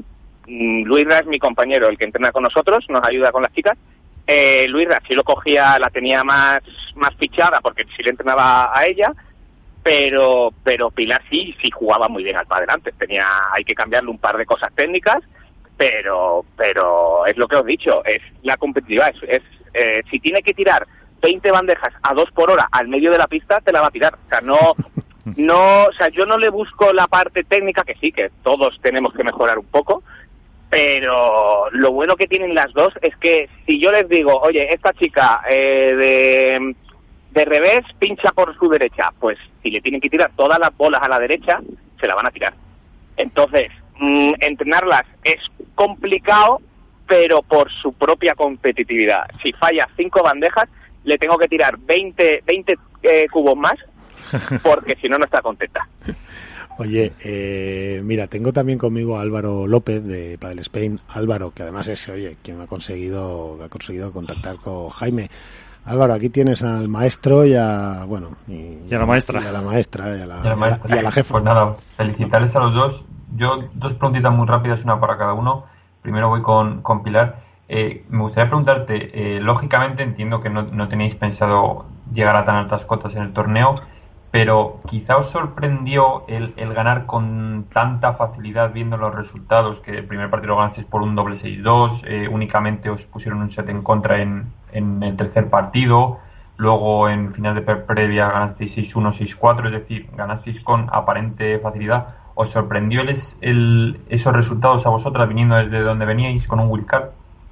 es mi compañero, el que entrena con nosotros, nos ayuda con las chicas. Luisra sí lo cogía, la tenía más fichada porque sí le entrenaba a ella, pero Pilar sí jugaba muy bien al pádel antes. Hay que cambiarle un par de cosas técnicas pero es lo que os he dicho, es la competitividad, si tiene que tirar 20 bandejas a 2 por hora al medio de la pista, te la va a tirar. O sea, o sea, yo no le busco la parte técnica, que sí, que todos tenemos que mejorar un poco, pero lo bueno que tienen las dos es que si yo les digo, oye, esta chica de revés pincha por su derecha, pues si le tienen que tirar todas las bolas a la derecha, se la van a tirar. Entonces, entrenarlas es complicado, pero por su propia competitividad. Si falla 5 bandejas, le tengo que tirar 20 cubos más, porque si no, no está contenta. Oye, mira, tengo también conmigo a Álvaro López de Padel Spain. Álvaro, que además es, quien ha conseguido contactar con Jaime. Álvaro, aquí tienes al maestro y a la maestra. Y a la jefa. Pues nada, felicitarles a los dos. Yo 2 preguntitas muy rápidas, una para cada uno. Primero voy con Pilar. Me gustaría preguntarte, lógicamente entiendo que no tenéis pensado llegar a tan altas cotas en el torneo, pero quizá os sorprendió el ganar con tanta facilidad viendo los resultados, que el primer partido lo ganasteis por un doble 6-2, únicamente os pusieron un set en contra en el tercer partido, luego en final de previa ganasteis 6-1, 6-4, es decir, ganasteis con aparente facilidad. ¿Os sorprendió esos resultados a vosotras viniendo desde donde veníais con un wildcard?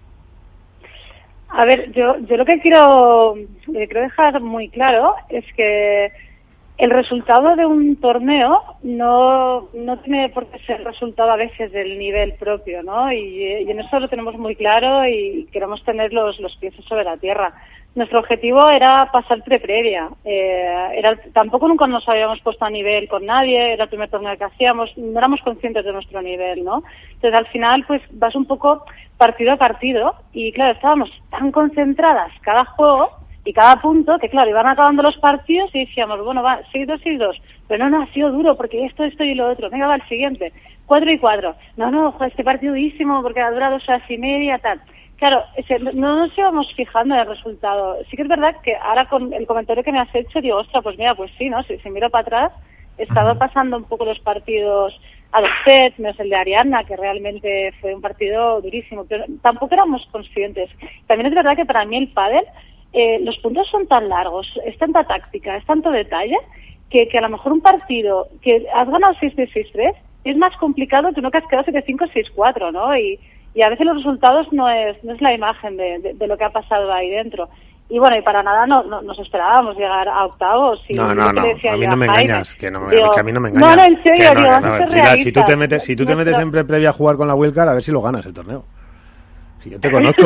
A ver, yo lo que quiero dejar muy claro es que el resultado de un torneo no tiene por qué ser resultado a veces del nivel propio, ¿no? Y en eso lo tenemos muy claro y queremos tener los pies sobre la tierra. Nuestro objetivo era pasar previa. Tampoco nunca nos habíamos puesto a nivel con nadie, era el primer torneo que hacíamos, no éramos conscientes de nuestro nivel, ¿no? Entonces al final pues vas un poco partido a partido y claro, estábamos tan concentradas cada juego y cada punto, que claro, iban acabando los partidos y decíamos, bueno, va, 6-2, 6-2, pero no ha sido duro porque esto y lo otro, venga, va el siguiente, 4-4, no, joder, este partido durísimo porque ha durado 2 horas y media, tal. Claro, no nos íbamos fijando en el resultado. Sí que es verdad que ahora con el comentario que me has hecho, digo, ostras, pues mira, pues sí, ¿no? Si miro para atrás, he estado pasando un poco los partidos a 2 sets, menos el de Ariadna, que realmente fue un partido durísimo, pero tampoco éramos conscientes. También es verdad que para mí el pádel, los puntos son tan largos, es tanta táctica, es tanto detalle, que a lo mejor un partido que has ganado 6-3, 6-3 es más complicado que uno que has quedado 7-5, 6-4, ¿no? Y a veces los resultados no es la imagen de lo que ha pasado ahí dentro. Y bueno, y para nada no nos esperábamos llegar a octavos. No, a mí no me engañas, que a mí no me engañas. No, en serio, si tú te metes siempre previa a jugar con la wildcard, a ver si lo ganas el torneo. Si yo te conozco.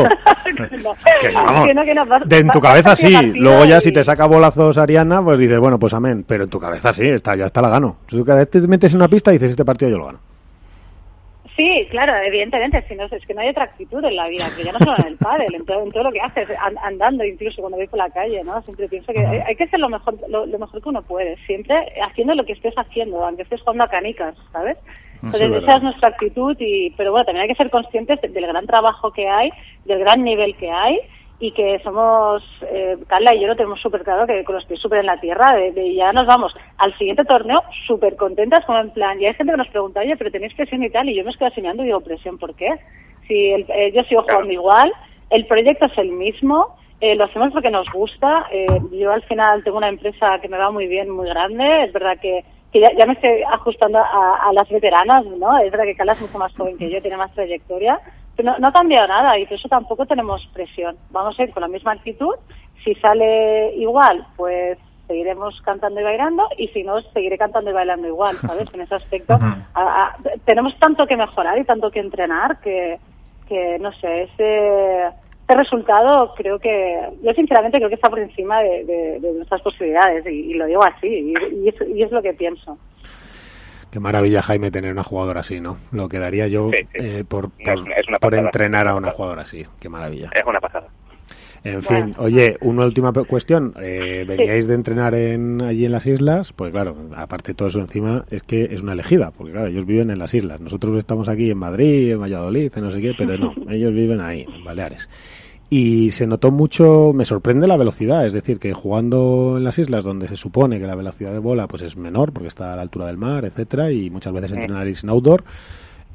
En tu cabeza sí, luego ya si te saca bolazos Ariana, pues dices, bueno, pues amén, pero en tu cabeza sí, ya está la gano. Si tú cada vez te metes en una pista y dices, este partido yo lo gano. Sí, claro, evidentemente, si no, es que no hay otra actitud en la vida, que ya no solo en el pádel, en todo lo que haces, andando, incluso cuando voy por la calle, ¿no? Siempre pienso que hay que hacer lo mejor que uno puede, siempre haciendo lo que estés haciendo, aunque estés jugando a canicas, ¿sabes? Entonces esa es nuestra actitud, pero bueno, también hay que ser conscientes del gran trabajo que hay, del gran nivel que hay, y que somos, Carla y yo lo tenemos súper claro, que con los pies súper en la tierra, de ya nos vamos al siguiente torneo súper contentas, como en plan, y hay gente que nos pregunta, oye, pero tenéis presión y tal, y yo me estoy enseñando y digo, ¿presión por qué? Si yo sigo jugando igual, el proyecto es el mismo, lo hacemos porque nos gusta, yo al final tengo una empresa que me va muy bien, muy grande, es verdad que ya me estoy ajustando a las veteranas, ¿no? Es verdad que Carla es mucho más joven que yo, tiene más trayectoria, pero no ha cambiado nada y por eso tampoco tenemos presión. Vamos a ir con la misma actitud. Si sale igual, pues seguiremos cantando y bailando, y si no, seguiré cantando y bailando igual, ¿sabes? En ese aspecto tenemos tanto que mejorar y tanto que entrenar que no sé, este resultado creo que, yo sinceramente creo que está por encima de nuestras posibilidades y lo digo así y es lo que pienso. Qué maravilla, Jaime, tener una jugadora así, ¿no? Lo que daría yo por entrenar a una jugadora así. Qué maravilla. Es una pasada. En fin, oye, una última cuestión. Veníais de entrenar allí en las islas, pues claro, aparte de todo eso encima, es que es una elegida, porque claro, ellos viven en las islas. Nosotros estamos aquí en Madrid, en Valladolid, en no sé qué, pero no, ellos viven ahí, en Baleares. Y se notó mucho, me sorprende la velocidad, es decir, que jugando en las islas donde se supone que la velocidad de bola pues es menor porque está a la altura del mar, etcétera, y muchas veces entrenaréis en outdoor,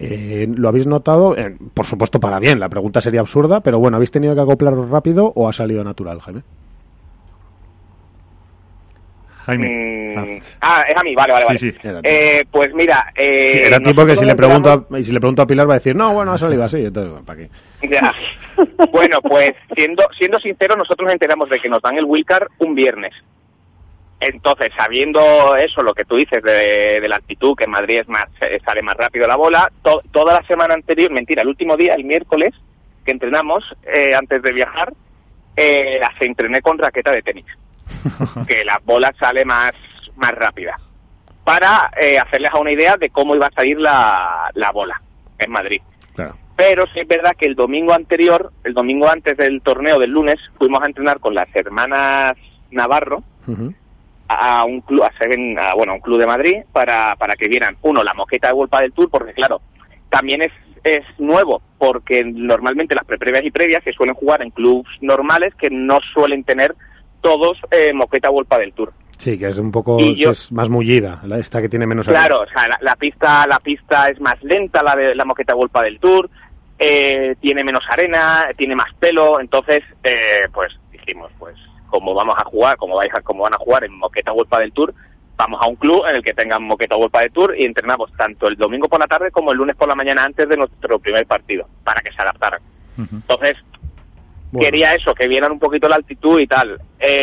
¿Lo habéis notado? Por supuesto para bien, la pregunta sería absurda, pero bueno, ¿habéis tenido que acoplaros rápido o ha salido natural, Jaime? Jaime. Es a mí, vale. Sí. Pues mira... sí, era tipo que si le pregunto a Pilar va a decir, no, bueno, ha salido así, entonces, ¿para qué? Ya. Bueno, pues siendo sincero, nosotros nos enteramos de que nos dan el wildcard un viernes. Entonces, sabiendo eso, lo que tú dices de la altitud, que en Madrid sale más rápido la bola, toda la semana anterior, mentira, el último día, el miércoles, que entrenamos, antes de viajar, se entrené con raqueta de tenis. Que la bola sale más rápida. Para hacerles a una idea de cómo iba a salir la bola en Madrid. Claro. Pero sí es verdad que el domingo antes del torneo del lunes, fuimos a entrenar con las hermanas Navarro, a un club, a un club de Madrid para que vieran, la moqueta de World Padel Tour, porque claro, también es nuevo, porque normalmente las previas y previas se suelen jugar en clubs normales que no suelen tener todos moqueta World Padel Tour. Sí, que es un poco es más mullida, esta que tiene menos arena. Claro, o sea, la pista es más lenta, la de la moqueta World Padel Tour, tiene menos arena, tiene más pelo, entonces pues dijimos, pues como van a jugar en moqueta World Padel Tour, vamos a un club en el que tengan moqueta World Padel Tour y entrenamos tanto el domingo por la tarde como el lunes por la mañana antes de nuestro primer partido, para que se adaptaran. Entonces, quería eso, que vieran un poquito la altitud y tal.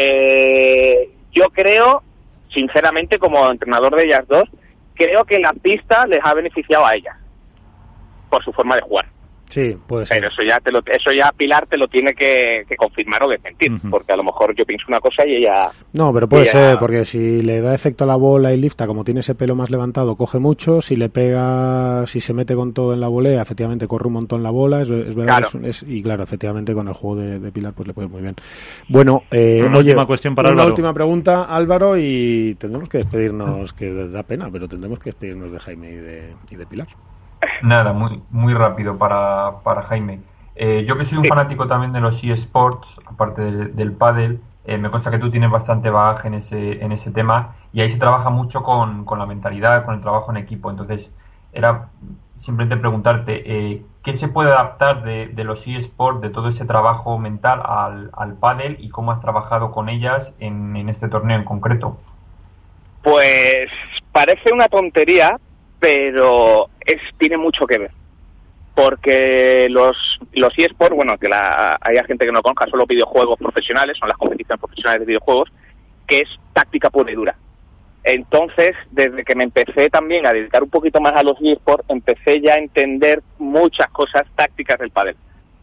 Yo creo, sinceramente, como entrenador de ellas dos, creo que la pista les ha beneficiado a ellas, por su forma de jugar. Sí, puede ser. Pero eso ya Pilar te lo tiene que confirmar o desmentir, porque a lo mejor yo pienso una cosa y ella... No, pero puede ser, porque si le da efecto a la bola y lifta, como tiene ese pelo más levantado, coge mucho, si le pega, si se mete con todo en la volea, efectivamente corre un montón la bola, es verdad, claro. Y claro, efectivamente con el juego de Pilar pues le puede ir muy bien. Bueno, última cuestión para Álvaro. Una última pregunta, Álvaro, y tendremos que despedirnos, que da pena, pero tendremos que despedirnos de Jaime y de Pilar. Nada, muy rápido para Jaime. Yo que soy un fanático también de los eSports, aparte del pádel, me consta que tú tienes bastante bagaje en ese tema y ahí se trabaja mucho con la mentalidad, con el trabajo en equipo. Entonces, era simplemente preguntarte, ¿qué se puede adaptar de los eSports, de todo ese trabajo mental al pádel y cómo has trabajado con ellas en este torneo en concreto? Pues parece una tontería, pero tiene mucho que ver, porque los eSports, bueno, que hay gente que no conozca, son los videojuegos profesionales, son las competiciones profesionales de videojuegos, que es táctica pura y dura. Entonces, desde que me empecé también a dedicar un poquito más a los eSports, empecé ya a entender muchas cosas tácticas del pádel.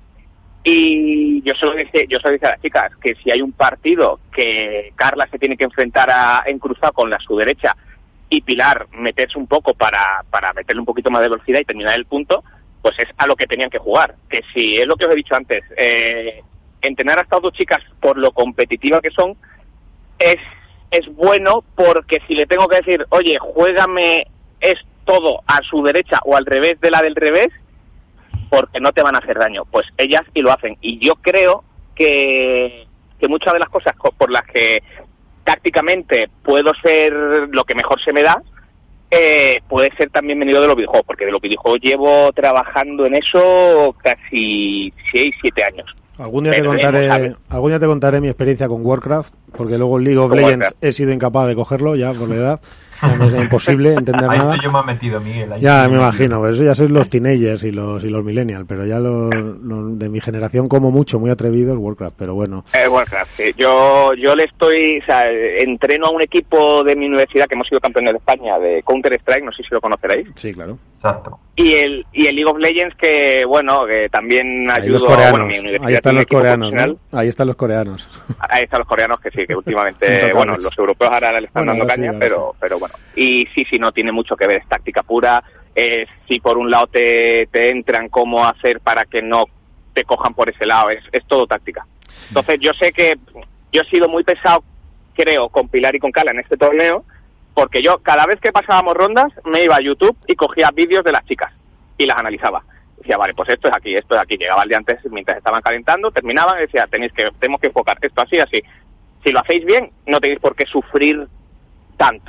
Y yo se lo dije a las chicas, que si hay un partido que Carla se tiene que enfrentar en cruzado con su derecha, y Pilar meterse un poco para meterle un poquito más de velocidad y terminar el punto, pues es a lo que tenían que jugar. Que si es lo que os he dicho antes, entrenar a estas dos chicas por lo competitiva que son, es bueno, porque si le tengo que decir, oye, juégame es todo a su derecha o al revés de la del revés, porque no te van a hacer daño, pues ellas y lo hacen. Y yo creo que muchas de las cosas por las que tácticamente puedo ser lo que mejor se me da, puede ser también venido de los videojuegos, porque de los videojuegos llevo trabajando en eso casi 6-7 años. Algún día te contaré mi experiencia con Warcraft, porque luego en League of Legends he sido incapaz de cogerlo ya por la edad. Es imposible entender nada. Ahí yo me he metido, Miguel. Ya me imagino, pues eso ya sois los teenagers y los millennials, pero ya los de mi generación como mucho, muy atrevidos, Warcraft, pero bueno. Warcraft, sí. Yo entreno a un equipo de mi universidad que hemos sido campeones de España de Counter-Strike, no sé si lo conoceréis. Sí, claro. Exacto. Y el League of Legends que también ayudo a mi universidad. Ahí están los coreanos, ¿no? Ahí están los coreanos. Ahí están los coreanos que sí, que últimamente, los europeos ahora le están dando caña, pero bueno. Y sí, no tiene mucho que ver, es táctica pura. Si por un lado te entran, cómo hacer para que no te cojan por ese lado, es todo táctica. Entonces yo sé que yo he sido muy pesado, creo, con Pilar y con Carla en este torneo, porque yo cada vez que pasábamos rondas me iba a YouTube y cogía vídeos de las chicas y las analizaba. Decía, vale, pues esto es aquí. Llegaba el día antes, mientras estaban calentando, terminaban y decía, tenemos que enfocar esto así. Si lo hacéis bien, no tenéis por qué sufrir tanto.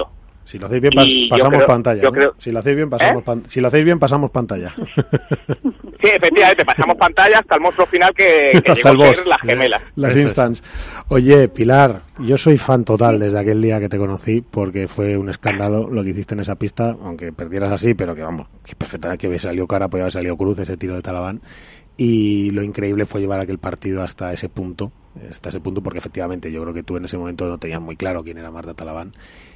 Si lo hacéis bien, Y pasamos yo creo- pantalla. yo ¿no? creo- Si lo hacéis bien, pasamos si lo hacéis bien, pasamos pantalla. Sí, efectivamente, pasamos pantalla hasta el monstruo final que Hasta llegó el a boss. ser las gemelas. Las Eso es. instants. Oye, Pilar, yo soy fan total desde aquel día que te conocí, porque fue un escándalo lo que hiciste en esa pista, aunque perdieras así, pero que vamos, que perfectamente que hubiese salido cara, podía haber salido cruz ese tiro de Talabán. Y lo increíble fue llevar aquel partido hasta ese punto, porque efectivamente yo creo que tú en ese momento no tenías muy claro quién era Marta Talabán.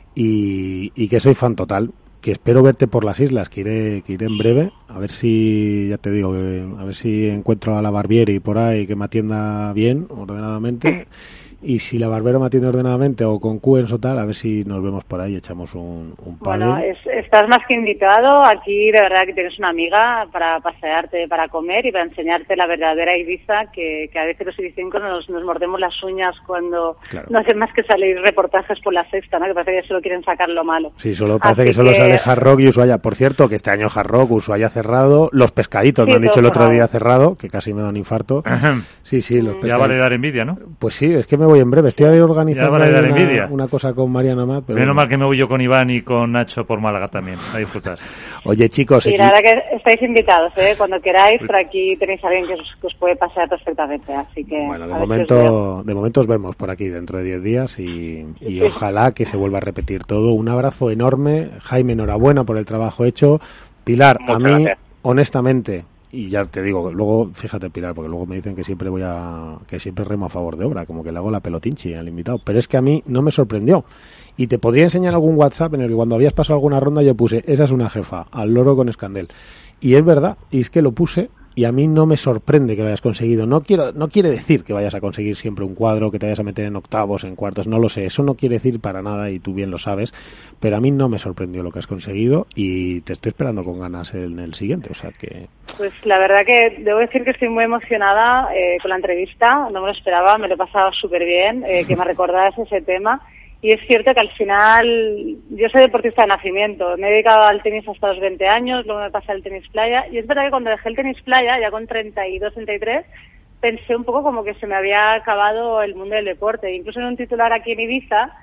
Y que soy fan total, que espero verte por las islas, que iré en breve, a ver si, ya te digo, a ver si encuentro a la Barbieri por ahí que me atienda bien, ordenadamente, y si la Barbero me atiende ordenadamente o con Cuens o tal, a ver si nos vemos por ahí y echamos un pádel. Bueno, estás más que invitado. Aquí de verdad que tienes una amiga para pasearte, para comer y para enseñarte la verdadera Ibiza, que a veces los ibicencos nos mordemos las uñas cuando Claro. no hacen más que salir reportajes por la sexta, ¿no? Que parece que solo quieren sacar lo malo. Sí, solo parece Así que solo que- sale Hard Rock y Ushuaia. Por cierto, que este año Hard Rock, Ushuaia cerrado, los pescaditos, Sí, me han dicho todo el otro cerrado. día cerrado, que casi me da un infarto. Sí, los Ya pescaditos. vale dar envidia, ¿no? Pues sí, es que me voy en breve. Estoy ahí organizando Ya vale ahí dar envidia. una cosa con Mariana Amat. Pero Menos bueno. mal que me voy yo con Iván y con Nacho por Málaga también, a disfrutar. Oye, chicos, Y la verdad que estáis invitados, ¿eh? Cuando queráis, por aquí tenéis a alguien que os puede pasear perfectamente, así que... bueno, a ver si os veo. de momento os vemos por aquí dentro de 10 días y ojalá que se vuelva a repetir todo. Un abrazo enorme. Jaime, enhorabuena por el trabajo hecho. Pilar, Muchas a mí, gracias. honestamente, y ya te digo, luego, fíjate, Pilar, porque luego me dicen que siempre que siempre remo a favor de obra, como que le hago la pelotinchi al invitado, pero es que a mí no me sorprendió. Y te podría enseñar algún WhatsApp en el que cuando habías pasado alguna ronda yo puse, esa es una jefa, al loro con Escandel. Y es verdad, y es que lo puse, y a mí no me sorprende que lo hayas conseguido. No quiere decir que vayas a conseguir siempre un cuadro, que te vayas a meter en octavos, en cuartos, no lo sé. Eso no quiere decir para nada, y tú bien lo sabes, pero a mí no me sorprendió lo que has conseguido, y te estoy esperando con ganas en el siguiente, o sea que... Pues la verdad que debo decir que estoy muy emocionada con la entrevista, no me lo esperaba, me lo he pasado súper bien, que me recordaras ese tema. Y es cierto que al final, yo soy deportista de nacimiento, me he dedicado al tenis hasta los 20 años, luego me pasé al tenis playa, y es verdad que cuando dejé el tenis playa, ya con 32, 33, pensé un poco como que se me había acabado el mundo del deporte. Incluso en un titular aquí en Ibiza,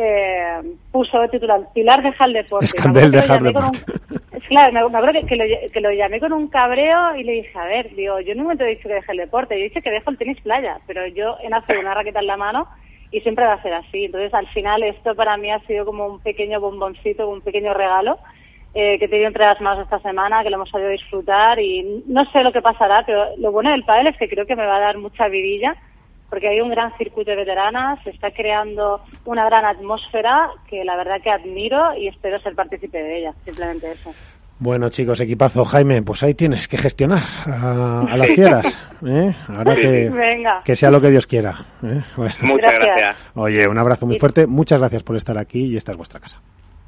puso el titular, Pilar deja el deporte. Escandel Me acuerdo deja el que lo llamé deporte. Es claro, me acuerdo que lo llamé con un cabreo y le dije, a ver, digo, yo en un momento he dicho que deje el deporte, yo he dicho que dejo el tenis playa, pero yo he nacido con una raqueta en la mano y siempre va a ser así. Entonces, al final, esto para mí ha sido como un pequeño bomboncito, un pequeño regalo que he tenido entre las manos esta semana, que lo hemos sabido disfrutar y no sé lo que pasará, pero lo bueno del pádel es que creo que me va a dar mucha vidilla, porque hay un gran circuito de veteranas, se está creando una gran atmósfera que la verdad que admiro y espero ser partícipe de ella, simplemente eso. Bueno, chicos, equipazo. Jaime, pues ahí tienes que gestionar a las fieras, ¿eh? Ahora Venga. que sea lo que Dios quiera, ¿eh? Bueno. Muchas gracias. Oye, un abrazo muy fuerte. Muchas gracias por estar aquí y esta es vuestra casa.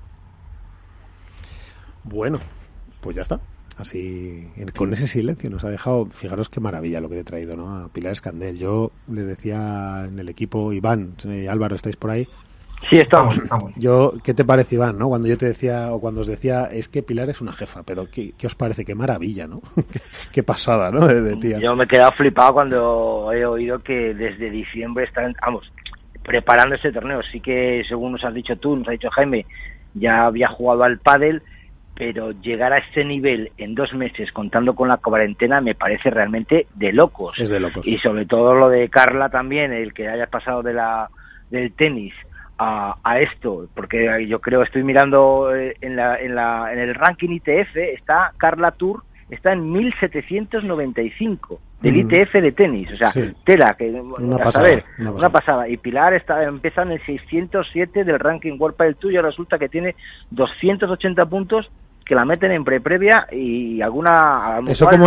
Bueno, pues ya está. Así, con ese silencio nos ha dejado. Fijaros qué maravilla lo que te he traído, ¿no? A Pilar Escandel. Yo les decía en el equipo, Iván, Álvaro, ¿estáis por ahí? Sí, estamos. ¿Qué te parece, Iván, no? Cuando yo te decía, o cuando os decía, es que Pilar es una jefa, pero ¿qué os parece? Qué maravilla, ¿no? qué pasada, ¿no? De tía. Yo me he quedado flipado cuando he oído que desde diciembre están, preparando ese torneo. Sí que, según nos has dicho tú, nos ha dicho Jaime, ya había jugado al pádel, pero llegar a este nivel en 2 meses contando con la cuarentena me parece realmente de locos. Es de locos. Y sobre todo lo de Carla también, el que hayas pasado del tenis a esto, porque yo creo, estoy mirando en el ranking ITF, está Carla Tour, está en 1795 del ITF de tenis, o sea, sí. tela, que una a pasada, saber, una una pasada. Y Pilar empieza en el 607 del ranking World Padel Tour, y resulta que tiene 280 puntos que la meten en previa y alguna... Eso como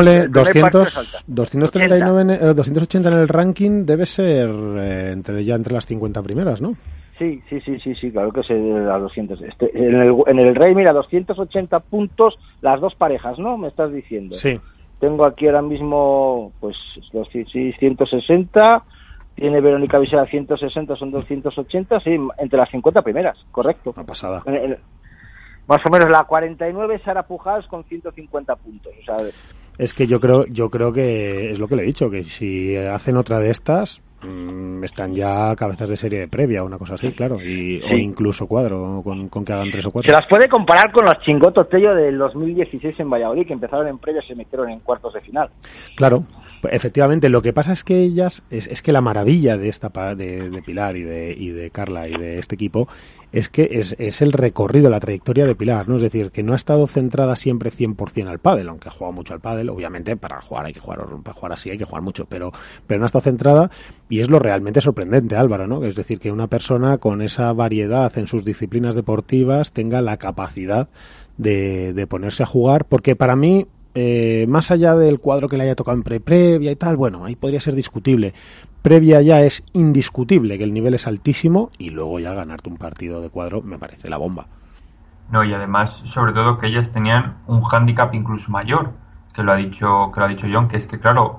280 en el ranking debe ser entre las 50 primeras, ¿no? Sí, claro que es a 200. En el Rey, mira, 280 puntos las dos parejas, ¿no? Me estás diciendo. Sí. Tengo aquí ahora mismo, pues, los 160, tiene Verónica Visera 160, son 280, sí, entre las 50 primeras, correcto. Una pasada. Más o menos la 49 Sara Pujals con 150 puntos, o sea... Es que yo creo que es lo que le he dicho, que si hacen otra de estas, están ya cabezas de serie de previa, una cosa así, claro, o incluso cuadro, con que hagan 3 o 4. Se las puede comparar con los Chingotos Tello del 2016 en Valladolid, que empezaron en previa y se metieron en cuartos de final. Claro. Efectivamente, lo que pasa es que ellas, es que la maravilla de esta de Pilar y de Carla y de este equipo es que es el recorrido, la trayectoria de Pilar, ¿no? Es decir, que no ha estado centrada siempre 100% al pádel, aunque ha jugado mucho al pádel, obviamente para jugar así hay que jugar mucho, pero no ha estado centrada, y es lo realmente sorprendente, Álvaro, ¿no? Es decir, que una persona con esa variedad en sus disciplinas deportivas tenga la capacidad de ponerse a jugar, porque para mí, más allá del cuadro que le haya tocado en previa y tal, bueno, ahí podría ser discutible. Previa ya es indiscutible que el nivel es altísimo, y luego ya ganarte un partido de cuadro me parece la bomba. No, y además, sobre todo, que ellas tenían un hándicap incluso mayor, que lo ha dicho John, que es que, claro,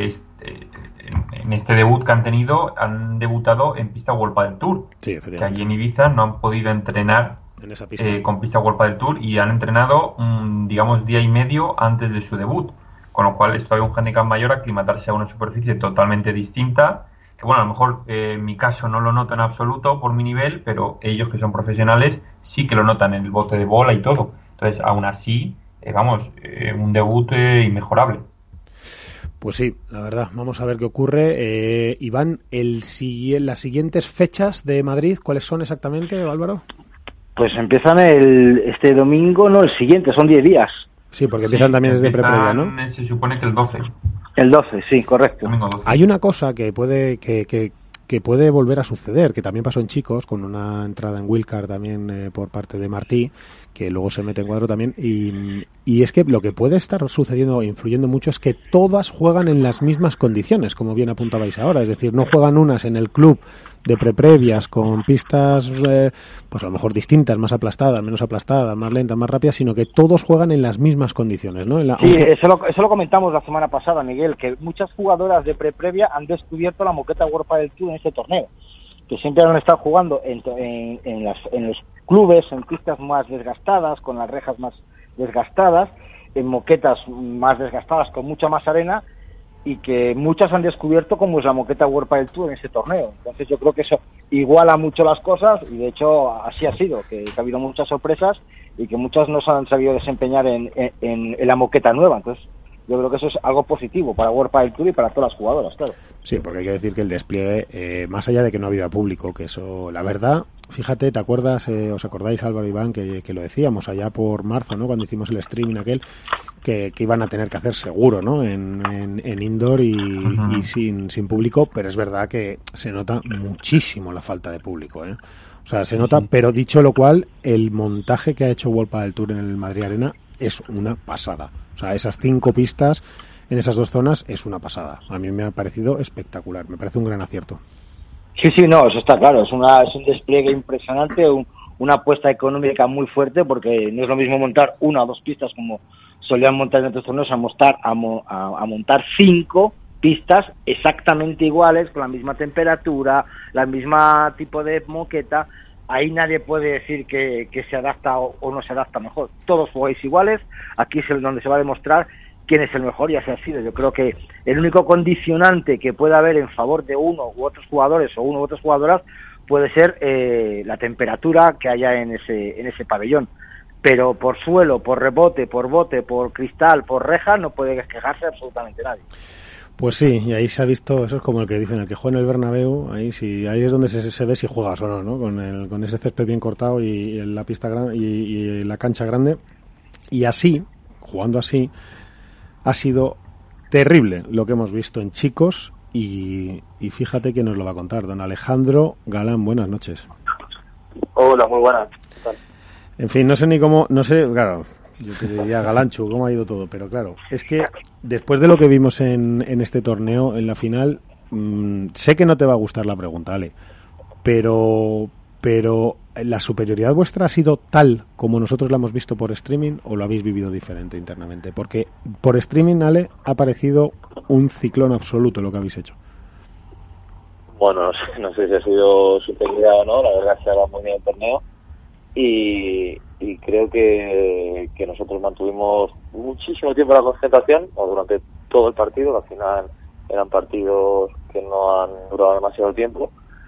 en este debut que han debutado en pista World Padel Tour, sí, que allí en Ibiza no han podido entrenar en esa pista. Con pista World Padel Tour, y han entrenado, digamos, día y medio antes de su debut, con lo cual es todavía un hándicap mayor aclimatarse a una superficie totalmente distinta, que bueno, a lo mejor en mi caso no lo noto en absoluto por mi nivel, pero ellos, que son profesionales, sí que lo notan en el bote de bola y todo. Entonces, aún así, un debut inmejorable. Pues sí, la verdad, vamos a ver qué ocurre. Iván, las siguientes fechas de Madrid, ¿cuáles son exactamente, Álvaro? Pues empiezan este domingo, no, el siguiente, son 10 días. Sí, porque empiezan también desde pre-previa, ¿no? Se supone que el 12. El 12, sí, correcto. 12. Hay una cosa que puede volver a suceder, que también pasó en chicos, con una entrada en Wildcard también por parte de Martí, que luego se mete en cuadro también, y es que lo que puede estar sucediendo, influyendo mucho, es que todas juegan en las mismas condiciones, como bien apuntabais ahora, es decir, no juegan unas en el club de preprevias con pistas pues a lo mejor distintas, más aplastadas, menos aplastadas, más lentas, más rápidas, sino que todos juegan en las mismas condiciones, ¿no? Sí, eso lo comentamos la semana pasada, Miguel, que muchas jugadoras de preprevia han descubierto la moqueta World Padel Tour en este torneo, que siempre han estado jugando en los clubes, en pistas más desgastadas, con las rejas más desgastadas, en moquetas más desgastadas, con mucha más arena, y que muchas han descubierto cómo es la moqueta World Padel Tour en ese torneo. Entonces yo creo que eso iguala mucho las cosas, y de hecho así ha sido, que ha habido muchas sorpresas y que muchas no se han sabido desempeñar en la moqueta nueva. Entonces yo creo que eso es algo positivo para World Padel Tour y para todas las jugadoras, claro. Sí, porque hay que decir que el despliegue, más allá de que no ha habido público, que eso, la verdad, fíjate, ¿te acuerdas, os acordáis, Álvaro, Iván, que lo decíamos allá por marzo, ¿no? Cuando hicimos el streaming aquel, que iban a tener que hacer seguro, ¿no? En indoor y sin público, pero es verdad que se nota muchísimo la falta de público, ¿eh? O sea, se nota, pero dicho lo cual, el montaje que ha hecho World Padel Tour en el Madrid Arena es una pasada. O sea, esas 5 pistas en esas 2 zonas es una pasada. A mí me ha parecido espectacular, me parece un gran acierto. Sí, no, eso está claro, es un despliegue impresionante, una apuesta económica muy fuerte, porque no es lo mismo montar 1 o 2 pistas como solían montar en otros torneos, a montar 5 pistas exactamente iguales, con la misma temperatura, la misma tipo de moqueta. Ahí nadie puede decir que se adapta o no se adapta mejor. Todos jugáis iguales, aquí es donde se va a demostrar quién es el mejor, y así ha sido. Yo creo que el único condicionante que pueda haber en favor de uno u otros jugadores o una u otras jugadoras puede ser la temperatura que haya en ese pabellón. Pero por suelo, por rebote, por bote, por cristal, por reja, no puede quejarse absolutamente nadie. Pues sí, y ahí se ha visto, eso es como el que dicen, el que juega en el Bernabéu, ahí es donde se ve si juegas o no, ¿no? Con ese césped bien cortado y la pista grande y la cancha grande. Y así, jugando así, ha sido terrible lo que hemos visto en chicos, y fíjate que nos lo va a contar don Alejandro Galán. Buenas noches. Hola, muy buenas. En fin, no sé, claro, yo te diría Galanchu, cómo ha ido todo, pero claro, es que después de lo que vimos en este torneo, en la final, sé que no te va a gustar la pregunta, Ale, pero ¿la superioridad vuestra ha sido tal como nosotros la hemos visto por streaming, o lo habéis vivido diferente internamente? Porque por streaming, Ale, ha parecido un ciclón absoluto lo que habéis hecho. Bueno, no sé si ha sido superioridad o no, la verdad es que era muy bien el torneo, y creo que nosotros mantuvimos muchísimo tiempo la concentración, o durante todo el partido. Al final eran partidos no han durado demasiado tiempo.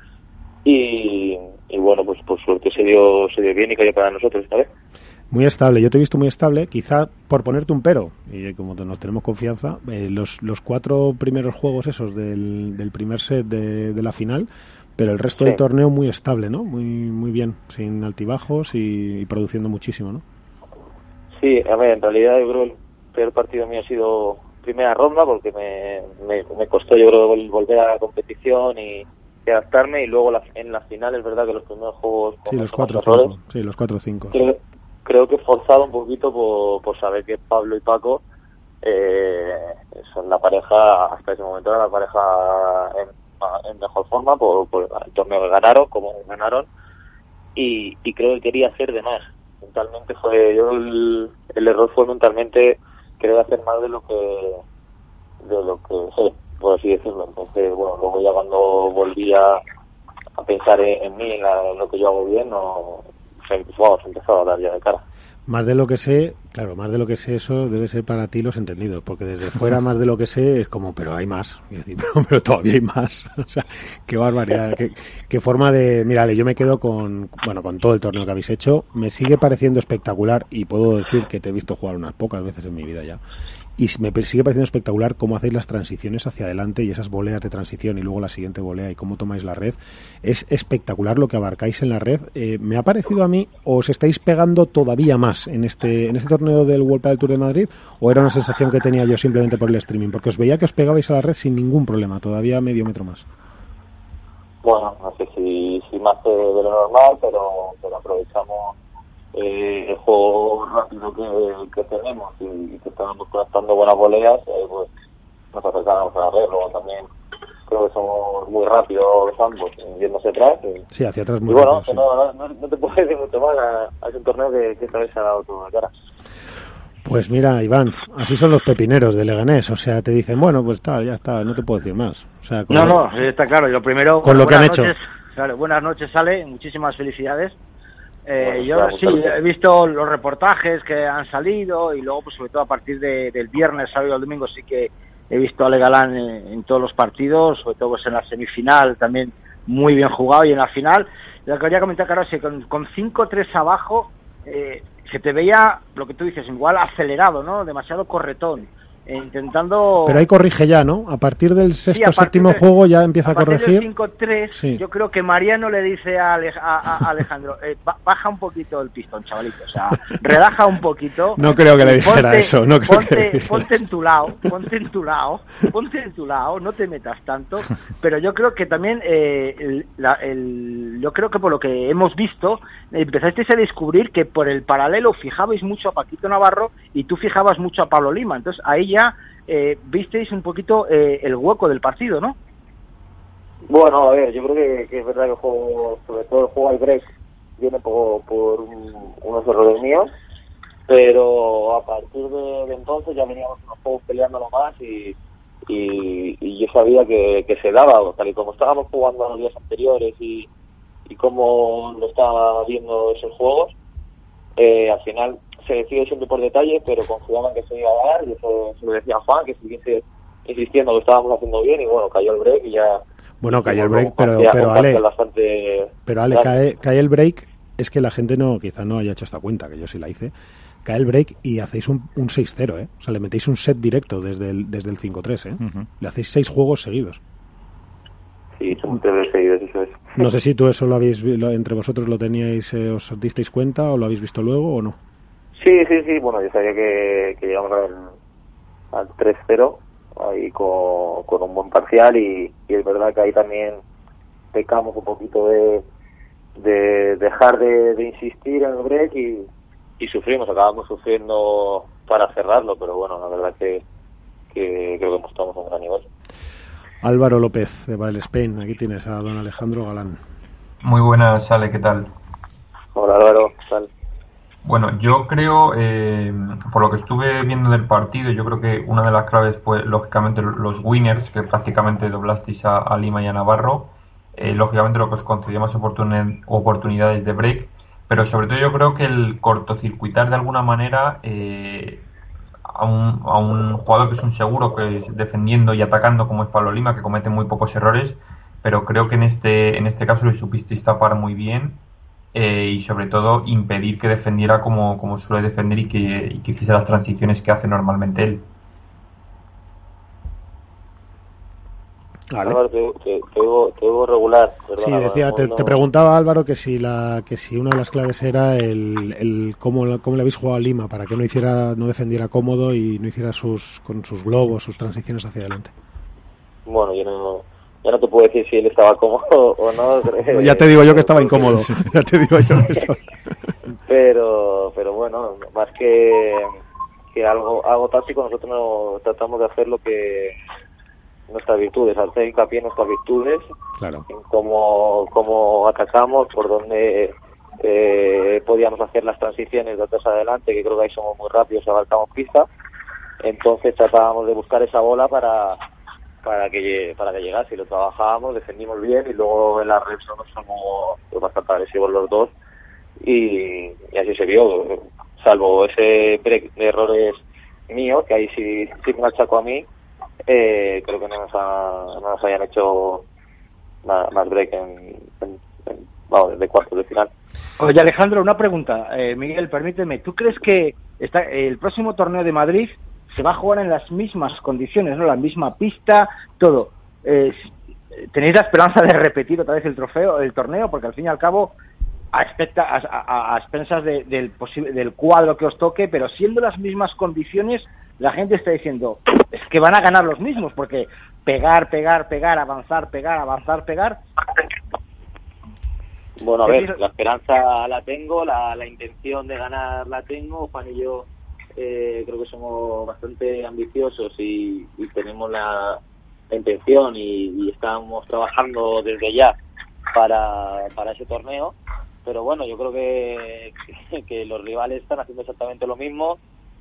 Y bueno, pues por suerte se dio bien y cayó para nosotros esta vez. Muy estable, yo te he visto muy estable, quizá por ponerte un pero, y como nos tenemos confianza, los 4 primeros juegos esos del primer set de la final, pero el resto del torneo muy estable, ¿no? Muy bien, sin altibajos y produciendo muchísimo, ¿no? Sí, a ver, en realidad yo creo que el peor partido mío ha sido primera ronda, porque me costó, yo creo, volver a la competición y adaptarme, y luego en la final es verdad que los primeros juegos... Sí, los 4-5. Sí, los 4-5. Creo que he forzado un poquito por saber que Pablo y Paco son la pareja, hasta ese momento era la pareja en mejor forma por el torneo que ganaron, como ganaron, y creo que quería hacer de más. Mentalmente el error fue mentalmente querer hacer más de lo que sé, por así decirlo. Entonces, bueno, luego ya cuando volví a pensar en mí, en lo que yo hago bien, se empezó a dar ya de cara. Más de lo que sé, claro, más de lo que sé, eso debe ser para ti los entendidos, porque desde fuera más de lo que sé es como, pero hay más, y decir, pero todavía hay más, o sea, qué barbaridad, qué forma de, mírale, yo me quedo con todo el torneo que habéis hecho, me sigue pareciendo espectacular, y puedo decir que te he visto jugar unas pocas veces en mi vida ya, y me sigue pareciendo espectacular cómo hacéis las transiciones hacia adelante y esas voleas de transición y luego la siguiente volea y cómo tomáis la red. Es espectacular lo que abarcáis en la red. Me ha parecido a mí, ¿os estáis pegando todavía más en este torneo del World Padel Tour de Madrid, o era una sensación que tenía yo simplemente por el streaming? Porque os veía que os pegabais a la red sin ningún problema, todavía medio metro más. Bueno, no sé si más de lo normal, pero aprovechamos el juego rápido que tenemos y que estamos conectando buenas voleas, pues nos acercamos a la red. Luego también creo que somos muy rápidos ambos, yendo hacia atrás. Sí, hacia atrás muy rápido. Y bueno, no te puedo decir mucho más a ese torneo que esta vez se ha dado todo de cara. Pues mira, Iván, así son los pepineros de Leganés, o sea, te dicen, bueno, pues tal, ya está, no te puedo decir más. O sea, está claro, y lo primero... Con lo que han hecho. Claro, buenas noches, Ale, muchísimas felicidades. Yo sí, he visto los reportajes que han salido y luego, pues sobre todo a partir del viernes, sábado y el domingo, sí que he visto a Ale Galán en todos los partidos, sobre todo pues en la semifinal también muy bien jugado, y en la final. Lo que quería comentar, claro, es que con 5-3 abajo se te veía, lo que tú dices, igual acelerado, ¿no? Demasiado corretón. Intentando... Pero ahí corrige ya, ¿no? A partir del séptimo juego ya empieza a corregir. A partir del 5-3, sí. Yo creo que Mariano le dice a Alejandro, baja un poquito el pistón, chavalito, o sea, relaja un poquito. No creo que le dijera eso. Ponte en tu lado, no te metas tanto. Pero yo creo que también, yo creo que por lo que hemos visto, empezasteis a descubrir que por el paralelo fijabais mucho a Paquito Navarro y tú fijabas mucho a Pablo Lima. Entonces ahí ya visteis un poquito el hueco del partido, ¿no? Bueno, a ver, yo creo que es verdad que el juego, sobre todo el juego al break, viene por unos errores míos, pero a partir de entonces ya veníamos unos juegos peleándolo más y yo sabía que se daba, tal y como estábamos jugando los días anteriores y cómo lo estaba viendo esos juegos, al final se decide siempre por detalle, pero confiaban que se iba a dar, y eso se lo decía a Juan, que siguiese insistiendo que estábamos haciendo bien, y bueno, cayó el break y ya... Bueno, cayó el break, pero Ale, cae el break, es que la gente quizá no haya hecho esta cuenta, que yo sí la hice, cae el break y hacéis un 6-0, ¿eh? O sea, le metéis un set directo desde el 5-3, ¿eh? Uh-huh. Le hacéis 6 juegos seguidos. Sí, son 3 seguidos, eso es. No sé si tú eso entre vosotros lo teníais, os disteis cuenta, o lo habéis visto luego o no. Sí, bueno, yo sabía que llegamos al 3-0 ahí con un buen parcial y es verdad que ahí también pecamos un poquito de dejar de insistir en el break y acabamos sufriendo para cerrarlo, pero bueno, la verdad que creo que mostramos un gran nivel. Álvaro López de Padel Spain, aquí tienes a don Alejandro Galán. Muy buenas, Ale, ¿qué tal? Hola Álvaro, ¿qué tal? Bueno, yo creo, por lo que estuve viendo del partido, yo creo que una de las claves fue, lógicamente, los winners, que prácticamente doblasteis a Lima y a Navarro. Lógicamente, lo que os concedió más oportunidades de break. Pero sobre todo yo creo que el cortocircuitar de alguna manera a un jugador que es un seguro, que es defendiendo y atacando, como es Pablo Lima, que comete muy pocos errores, pero creo que en este caso le supisteis tapar muy bien y sobre todo impedir que defendiera como suele defender y que hiciese las transiciones que hace normalmente él. Vale. Álvaro, te oigo regular. Perdona, Sí, decía, te preguntaba Álvaro que si una de las claves era el cómo le habéis jugado a Lima para que no defendiera cómodo y no hiciera con sus globos, sus transiciones hacia adelante. Bueno, yo no te puedo decir si él estaba cómodo o no. Ya te digo yo que estaba incómodo. Ya te digo yo que estaba. Pero bueno, más que algo táctico, nosotros no tratamos de hacer lo que nuestras virtudes, hacer hincapié en nuestras virtudes, claro, en cómo atacamos, por dónde podíamos hacer las transiciones de atrás adelante, que creo que ahí somos muy rápidos, abarcamos pista. Entonces tratábamos de buscar esa bola para que llegase, y lo trabajábamos, defendimos bien, y luego en la red somos bastante agresivos los dos, y así se vio, salvo ese break de errores míos, que ahí sí me achaco a mí. Creo que no nos hayan hecho más break de cuartos de final. Oye, Alejandro, una pregunta. Miguel, permíteme, ¿tú crees que el próximo torneo de Madrid se va a jugar en las mismas condiciones, ¿no? La misma pista, todo? ¿Tenéis la esperanza de repetir otra vez el torneo? Porque al fin y al cabo, a expensas del cuadro que os toque, pero siendo las mismas condiciones, la gente está diciendo, es que van a ganar los mismos, porque pegar, avanzar, pegar. Bueno, a ver, la esperanza la tengo, la intención de ganar la tengo. Juan y yo creo que somos bastante ambiciosos y tenemos la intención y estamos trabajando desde ya para ese torneo. Pero bueno, yo creo que los rivales están haciendo exactamente lo mismo.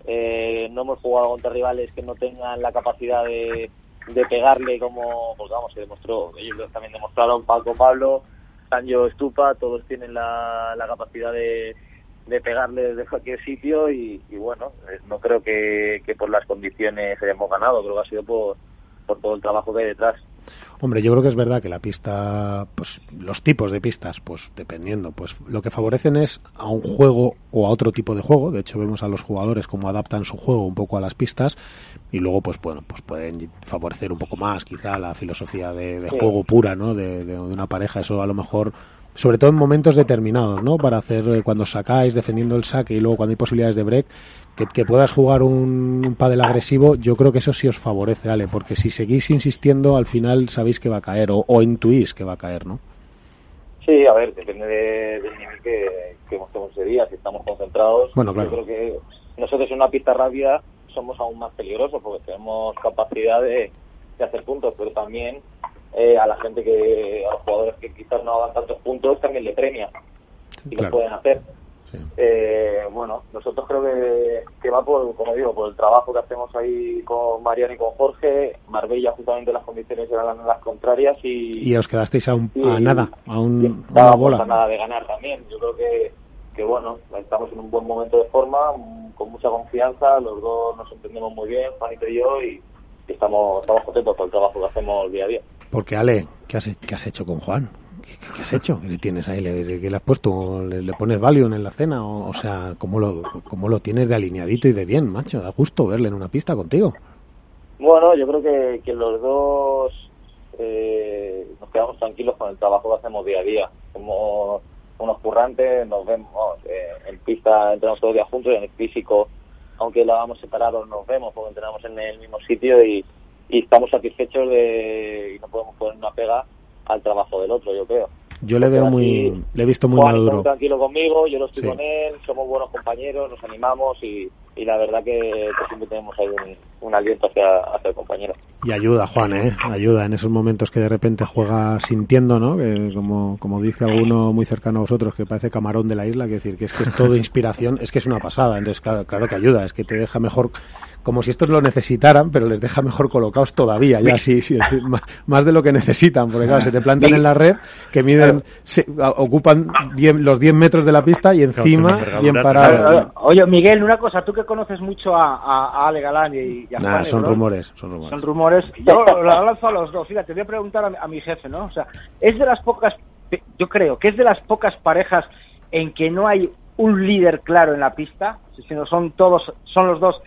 No hemos jugado contra rivales que no tengan la capacidad de pegarle pues vamos, se demostró, ellos también demostraron, Paco, Pablo, Sancho, Estupa, todos tienen la capacidad de pegarle desde cualquier sitio y bueno, no creo que por las condiciones hayamos ganado, creo que ha sido por todo el trabajo que hay detrás. Hombre, yo creo que es verdad que la pista, pues los tipos de pistas, pues dependiendo, pues lo que favorecen es a un juego o a otro tipo de juego. De hecho, vemos a los jugadores cómo adaptan su juego un poco a las pistas y luego, pues bueno, pues pueden favorecer un poco más, quizá la filosofía de juego pura, ¿no? De una pareja. Eso a lo mejor, sobre todo en momentos determinados, ¿no? Para hacer cuando sacáis, defendiendo el saque y luego cuando hay posibilidades de break, que puedas jugar un pádel agresivo, yo creo que eso sí os favorece, Ale, porque si seguís insistiendo, al final sabéis que va a caer o intuís que va a caer, ¿no? Sí, a ver, depende del nivel que mostremos ese día, si estamos concentrados. Bueno, claro. Yo creo que nosotros en una pista rápida somos aún más peligrosos porque tenemos capacidad de hacer puntos, pero también a la gente a los jugadores que quizás no hagan tantos puntos también le premia y lo pueden hacer. Sí. Bueno, nosotros creo que va por el trabajo que hacemos ahí con Mariano y con Jorge. Marbella, justamente las condiciones eran las contrarias y os quedasteis a nada, a una bola. A nada de ganar también. Yo creo que bueno, estamos en un buen momento de forma, con mucha confianza, los dos nos entendemos muy bien, Juanito y yo, y estamos contentos por el trabajo que hacemos día a día. Porque Ale, ¿qué has hecho con Juan? ¿Qué has hecho? ¿Qué le tienes ahí? ¿Qué le has puesto? ¿Le pones Valium en la cena? O sea, ¿cómo lo tienes de alineadito y de bien, macho? Da gusto verle en una pista contigo. Bueno, yo creo que los dos nos quedamos tranquilos con el trabajo que hacemos día a día. Somos unos currantes, nos vemos en pista, entrenamos todos los días juntos, y en el físico, aunque lo hagamos separados, nos vemos porque entrenamos en el mismo sitio y estamos satisfechos y no podemos poner una pega al trabajo del otro, yo creo. Yo le veo le he visto muy Juan maduro. Está muy tranquilo conmigo, yo lo estoy con él, somos buenos compañeros, nos animamos y la verdad que siempre tenemos ahí un aliento hacia el compañero. Y ayuda, Juan, ayuda en esos momentos que de repente juega sintiendo, ¿no? Que como dice alguno muy cercano a vosotros, que parece camarón de la isla, que es todo inspiración, es que es una pasada. Entonces, claro que ayuda, es que te deja mejor como si estos lo necesitaran, pero les deja mejor colocados todavía, ya sí, más de lo que necesitan, porque claro, se te plantan en la red, que miden, ocupan los 10 metros de la pista y encima bien parados. Oye, Miguel, una cosa, tú que conoces mucho a Ale Galán y a Juan, son rumores. Son rumores. Yo lo lanzo a los dos. Fíjate, voy a preguntar a mi jefe, ¿no? O sea, es de las pocas, yo creo que es de las pocas parejas en que no hay un líder claro en la pista, sino son los dos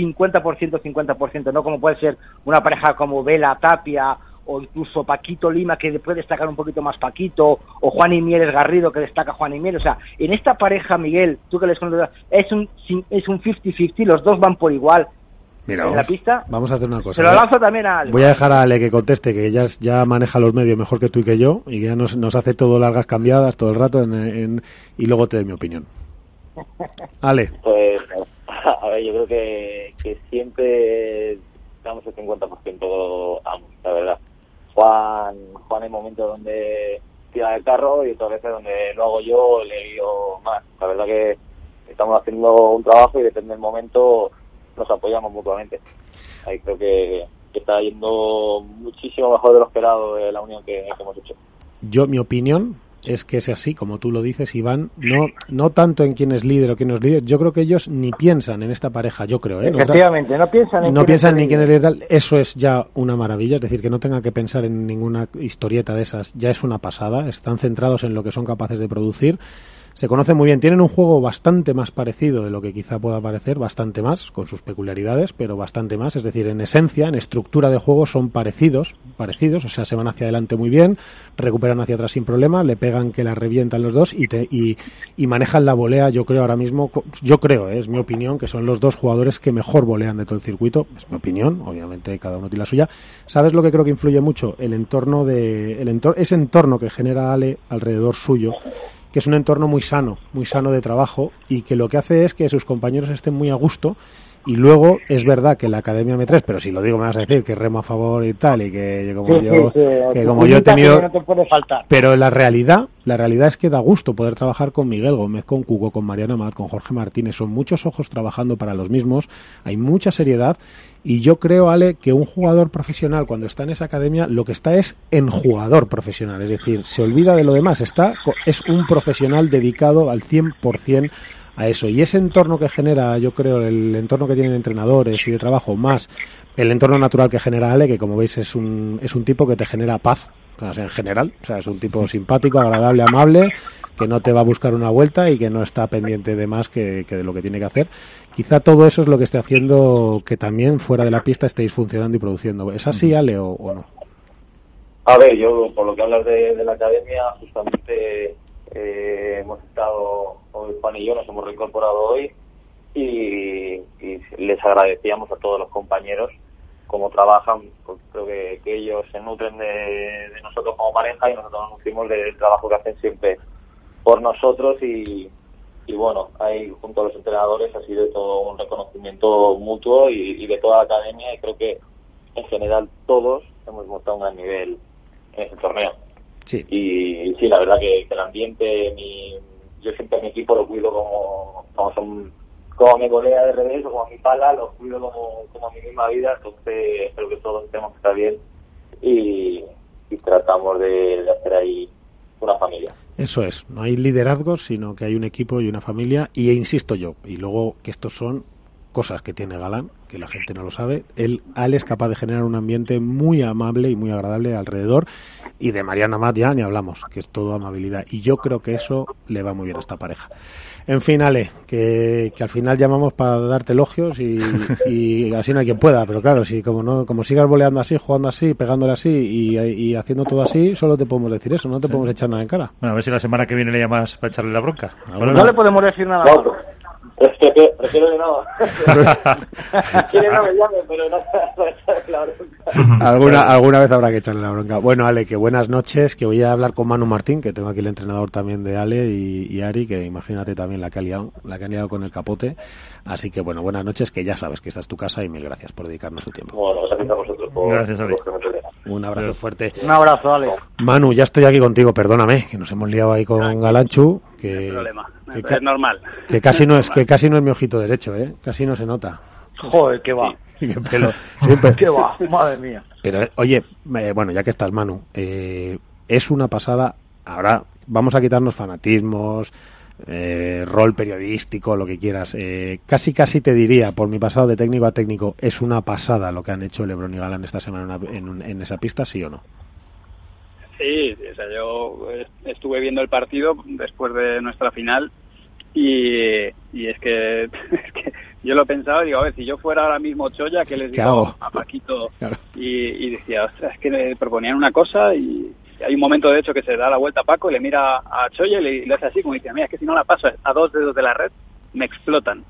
50%, no como puede ser una pareja como Vela Tapia o incluso Paquito Lima, que puede destacar un poquito más Paquito, o Juan y Mieres Garrido, que destaca Juan y Mieres. O sea, en esta pareja, Miguel, tú que les conoces, es un 50-50, los dos van por igual. Mira, en la pista. Vamos a hacer una cosa. Se lo lanzo también a Ale. Voy a dejar a Ale que conteste, que ella ya maneja los medios mejor que tú y que yo, y que ya nos hace todo largas cambiadas todo el rato, y luego te doy mi opinión. Ale. Pues, a ver, yo creo que siempre damos el 50% ambos, la verdad. Juan hay momentos donde tira del carro y otras veces donde lo hago yo, le guío más. La verdad que estamos haciendo un trabajo y depende del momento nos apoyamos mutuamente. Ahí creo que está yendo muchísimo mejor de lo esperado de la unión que hemos hecho. Mi opinión es que es así, como tú lo dices, Iván, no tanto en quién es líder o quién no es líder. Yo creo que ellos ni piensan en esta pareja, yo creo. Efectivamente, no piensan ni quién es líder. Eso es ya una maravilla, es decir, que no tengan que pensar en ninguna historieta de esas, ya es una pasada. Están centrados en lo que son capaces de producir. Se conocen muy bien, tienen un juego bastante más parecido de lo que quizá pueda parecer, bastante más, con sus peculiaridades, pero bastante más, es decir, en esencia, en estructura de juego son parecidos, o sea, se van hacia adelante muy bien, recuperan hacia atrás sin problema, le pegan que la revientan los dos y manejan la volea, yo creo ahora mismo, es mi opinión, que son los dos jugadores que mejor volean de todo el circuito, es mi opinión, obviamente cada uno tiene la suya. ¿Sabes lo que creo que influye mucho? Ese entorno que genera Ale alrededor suyo, que es un entorno muy sano de trabajo, y que lo que hace es que sus compañeros estén muy a gusto. Y luego es verdad que la Academia M3, pero si lo digo me vas a decir que remo a favor y tal, y que como yo he tenido, no te puede faltar. Pero la realidad es que da gusto poder trabajar con Miguel Gómez, con Cuco, con Mariana Amat, con Jorge Martínez. Son muchos ojos trabajando para los mismos, hay mucha seriedad, y yo creo, Ale, que un jugador profesional cuando está en esa academia lo que está es en jugador profesional, es decir, se olvida de lo demás, es un profesional dedicado al 100% a eso, y ese entorno que genera, yo creo, el entorno que tienen de entrenadores y de trabajo, más el entorno natural que genera Ale, que como veis es un tipo que te genera paz, o sea, en general, o sea, es un tipo simpático, agradable, amable, que no te va a buscar una vuelta y que no está pendiente de más que de lo que tiene que hacer. Quizá todo eso es lo que esté haciendo que también fuera de la pista estéis funcionando y produciendo. ¿Es así, Ale, o no? A ver, yo por lo que hablas de la academia, justamente hemos estado, hoy Juan y yo nos hemos reincorporado hoy y les agradecíamos a todos los compañeros cómo trabajan, porque creo que ellos se nutren de nosotros como pareja y nosotros nos nutrimos del trabajo que hacen siempre por nosotros y bueno, ahí junto a los entrenadores ha sido todo un reconocimiento mutuo y de toda la academia, y creo que en general todos hemos mostrado un gran nivel en este torneo. Sí. Y sí, la verdad que el ambiente, yo siempre a mi equipo lo cuido como mi colega de revés o como mi pala, lo cuido como mi misma vida, entonces creo que todos tenemos que estar bien y tratamos de hacer ahí una familia. Eso es, no hay liderazgos, sino que hay un equipo y una familia, y insisto yo, y luego que estos son cosas que tiene Galán, que la gente no lo sabe, Ale es capaz de generar un ambiente muy amable y muy agradable alrededor, y de Mariana Amat ya ni hablamos, que es todo amabilidad, y yo creo que eso le va muy bien a esta pareja. En fin, Ale, que al final llamamos para darte elogios y así no hay quien pueda, pero claro, si como sigas voleando así, jugando así, pegándole así y haciendo todo así, solo te podemos decir eso, no te podemos echar nada en cara. Bueno, a ver si la semana que viene le llamas para echarle la bronca. No le podemos decir nada. No, prefiero que no. Quiere no me llame, pero no echarle la bronca. Alguna vez habrá que echarle la bronca. Bueno, Ale, que buenas noches, que voy a hablar con Manu Martín, que tengo aquí el entrenador también de Ale y Ari, que imagínate también la que han liado con el capote. Así que bueno, buenas noches, que ya sabes que esta es tu casa y mil gracias por dedicarnos tu tiempo. Bueno, gracias a vosotros. Gracias, Ale. Un abrazo fuerte. Un abrazo, Ale. Manu, ya estoy aquí contigo, perdóname, que nos hemos liado ahí con Galanchu. No hay problema, es normal. Que casi no es mi ojito derecho, casi no se nota. Joder, qué va. Qué pelo. Súper. Qué va, madre mía. Pero, oye, bueno, ya que estás, Manu, es una pasada. Ahora vamos a quitarnos fanatismos, rol periodístico, lo que quieras. Casi te diría, por mi pasado de técnico a técnico, es una pasada lo que han hecho LeBron y Galán esta semana en esa pista, ¿sí o no? Sí, o sea, yo estuve viendo el partido después de nuestra final y es que yo lo pensaba, digo, a ver, si yo fuera ahora mismo Choya, ¿qué les digo a Paquito? Claro. Y decía, ostras, es que le proponían una cosa y hay un momento, de hecho, que se da la vuelta a Paco y le mira a Choya y le hace así, como dice, mira, es que si no la paso a 2 dedos de la red, me explotan.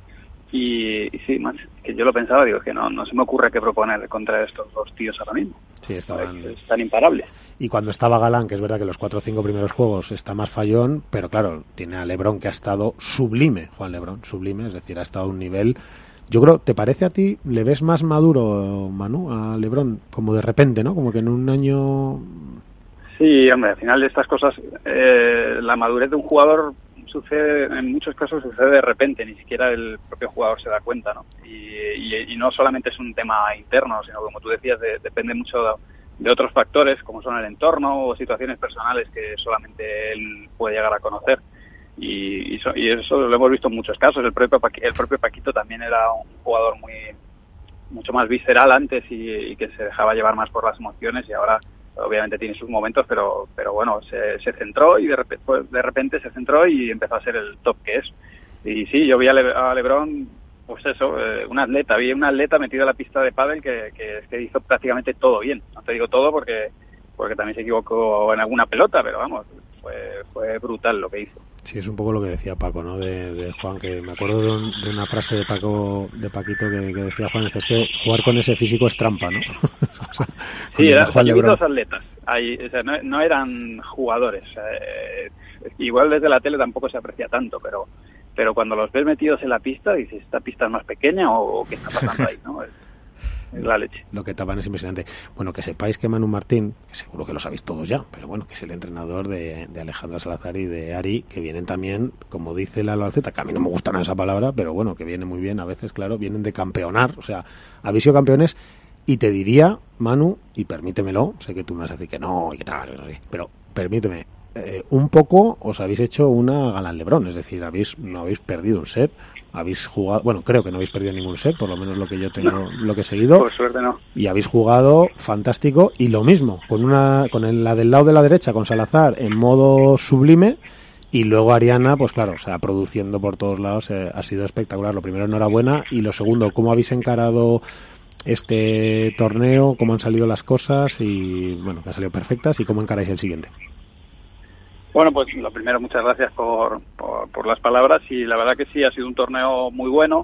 Y sí, más que yo lo pensaba, digo, que no se me ocurre qué proponer contra estos dos tíos ahora mismo. Sí, están imparables. Y cuando estaba Galán, que es verdad que los 4 o 5 primeros juegos está más fallón, pero claro, tiene a LeBron que ha estado sublime, Juan LeBron, sublime, es decir, ha estado a un nivel... Yo creo, ¿te parece a ti, le ves más maduro, Manu, a LeBron, como de repente, ¿no? Como que en un año... Sí, hombre, al final de estas cosas, la madurez de un jugador sucede, en muchos casos sucede de repente, ni siquiera el propio jugador se da cuenta, ¿no? Y no solamente es un tema interno, sino, como tú decías, depende mucho de otros factores, como son el entorno o situaciones personales que solamente él puede llegar a conocer. Y eso lo hemos visto en muchos casos. El propio Paquito también era un jugador mucho más visceral antes y que se dejaba llevar más por las emociones, y ahora obviamente tiene sus momentos, pero bueno, se centró y de repente se centró y empezó a ser el top que es. Y sí, yo vi a LeBron, pues eso, un atleta metido en la pista de pádel que hizo prácticamente todo bien. No te digo todo porque también se equivocó en alguna pelota, pero vamos, fue brutal lo que hizo. Sí, es un poco lo que decía Paco, ¿no? De Juan, que me acuerdo de una frase de Paquito que decía Juan, dice, es que jugar con ese físico es trampa, ¿no? O sea, sí, yo vi dos atletas, o sea, no eran jugadores. Igual desde la tele tampoco se aprecia tanto, pero cuando los ves metidos en la pista, dices, ¿esta pista es más pequeña o qué está pasando ahí, no? Es la leche. Lo que tapan es impresionante. Bueno, que sepáis que Manu Martín, que seguro que lo sabéis todos ya, pero bueno, que es el entrenador de Alejandra Salazar y de Ari, que vienen también, como dice la Albacete, que a mí no me gusta nada esa palabra, pero bueno, que viene muy bien a veces, claro, vienen de campeonar, o sea, habéis sido campeones, y te diría, Manu, y permítemelo, sé que tú me vas a decir que no, y que tal, pero permíteme, un poco os habéis hecho una Galán LeBron, es decir, no habéis perdido un set, habéis jugado, bueno, creo que no habéis perdido ningún set, por lo menos lo que yo tengo, lo que he seguido. Por suerte no. Y habéis jugado fantástico, y lo mismo, con la del lado de la derecha, con Salazar en modo sublime, y luego Ariana, pues claro, o sea, produciendo por todos lados, ha sido espectacular. Lo primero, enhorabuena, y lo segundo, ¿cómo habéis encarado este torneo? ¿Cómo han salido las cosas? Y bueno, que han salido perfectas, y ¿cómo encaráis el siguiente? Bueno, pues lo primero, muchas gracias por las palabras, y la verdad que sí, ha sido un torneo muy bueno.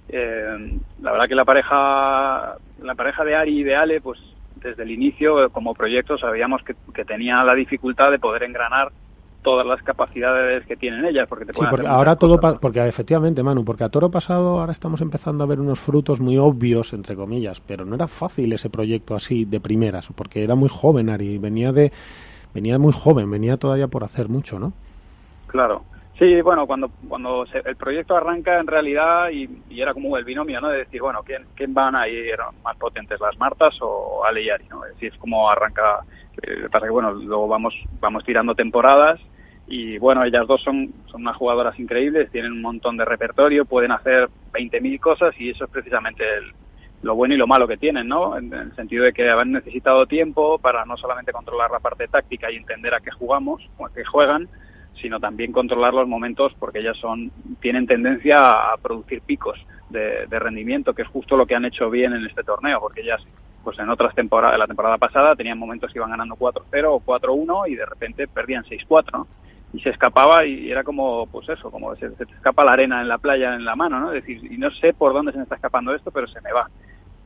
La verdad que la pareja de Ari y de Ale, pues desde el inicio, como proyecto, sabíamos que tenía la dificultad de poder engranar todas las capacidades que tienen ellas, porque te pueden porque ahora todo porque efectivamente, Manu, porque a toro pasado ahora estamos empezando a ver unos frutos muy obvios, entre comillas, pero no era fácil ese proyecto así de primeras, porque era muy joven Ari, venía muy joven, venía todavía por hacer mucho, ¿no? Claro. Sí, bueno, cuando el proyecto arranca en realidad y era como el binomio, ¿no? De decir, bueno, ¿quién van a ir más potentes, las Martas o Ale y Ari, ¿no? Es decir, es como arranca. Pasa que, bueno, luego vamos tirando temporadas y, bueno, ellas dos son unas jugadoras increíbles, tienen un montón de repertorio, pueden hacer 20.000 cosas, y eso es precisamente lo bueno y lo malo que tienen, ¿no? En el sentido de que han necesitado tiempo para no solamente controlar la parte táctica y entender a qué jugamos o a qué juegan, sino también controlar los momentos, porque ellas tienen tendencia a producir picos de rendimiento, que es justo lo que han hecho bien en este torneo, porque ellas, pues en otras temporadas, la temporada pasada, tenían momentos que iban ganando 4-0 o 4-1 y de repente perdían 6-4, ¿no? Y se escapaba y era como, pues eso, como se te escapa la arena en la playa en la mano, ¿no? Es decir, y no sé por dónde se me está escapando esto, pero se me va.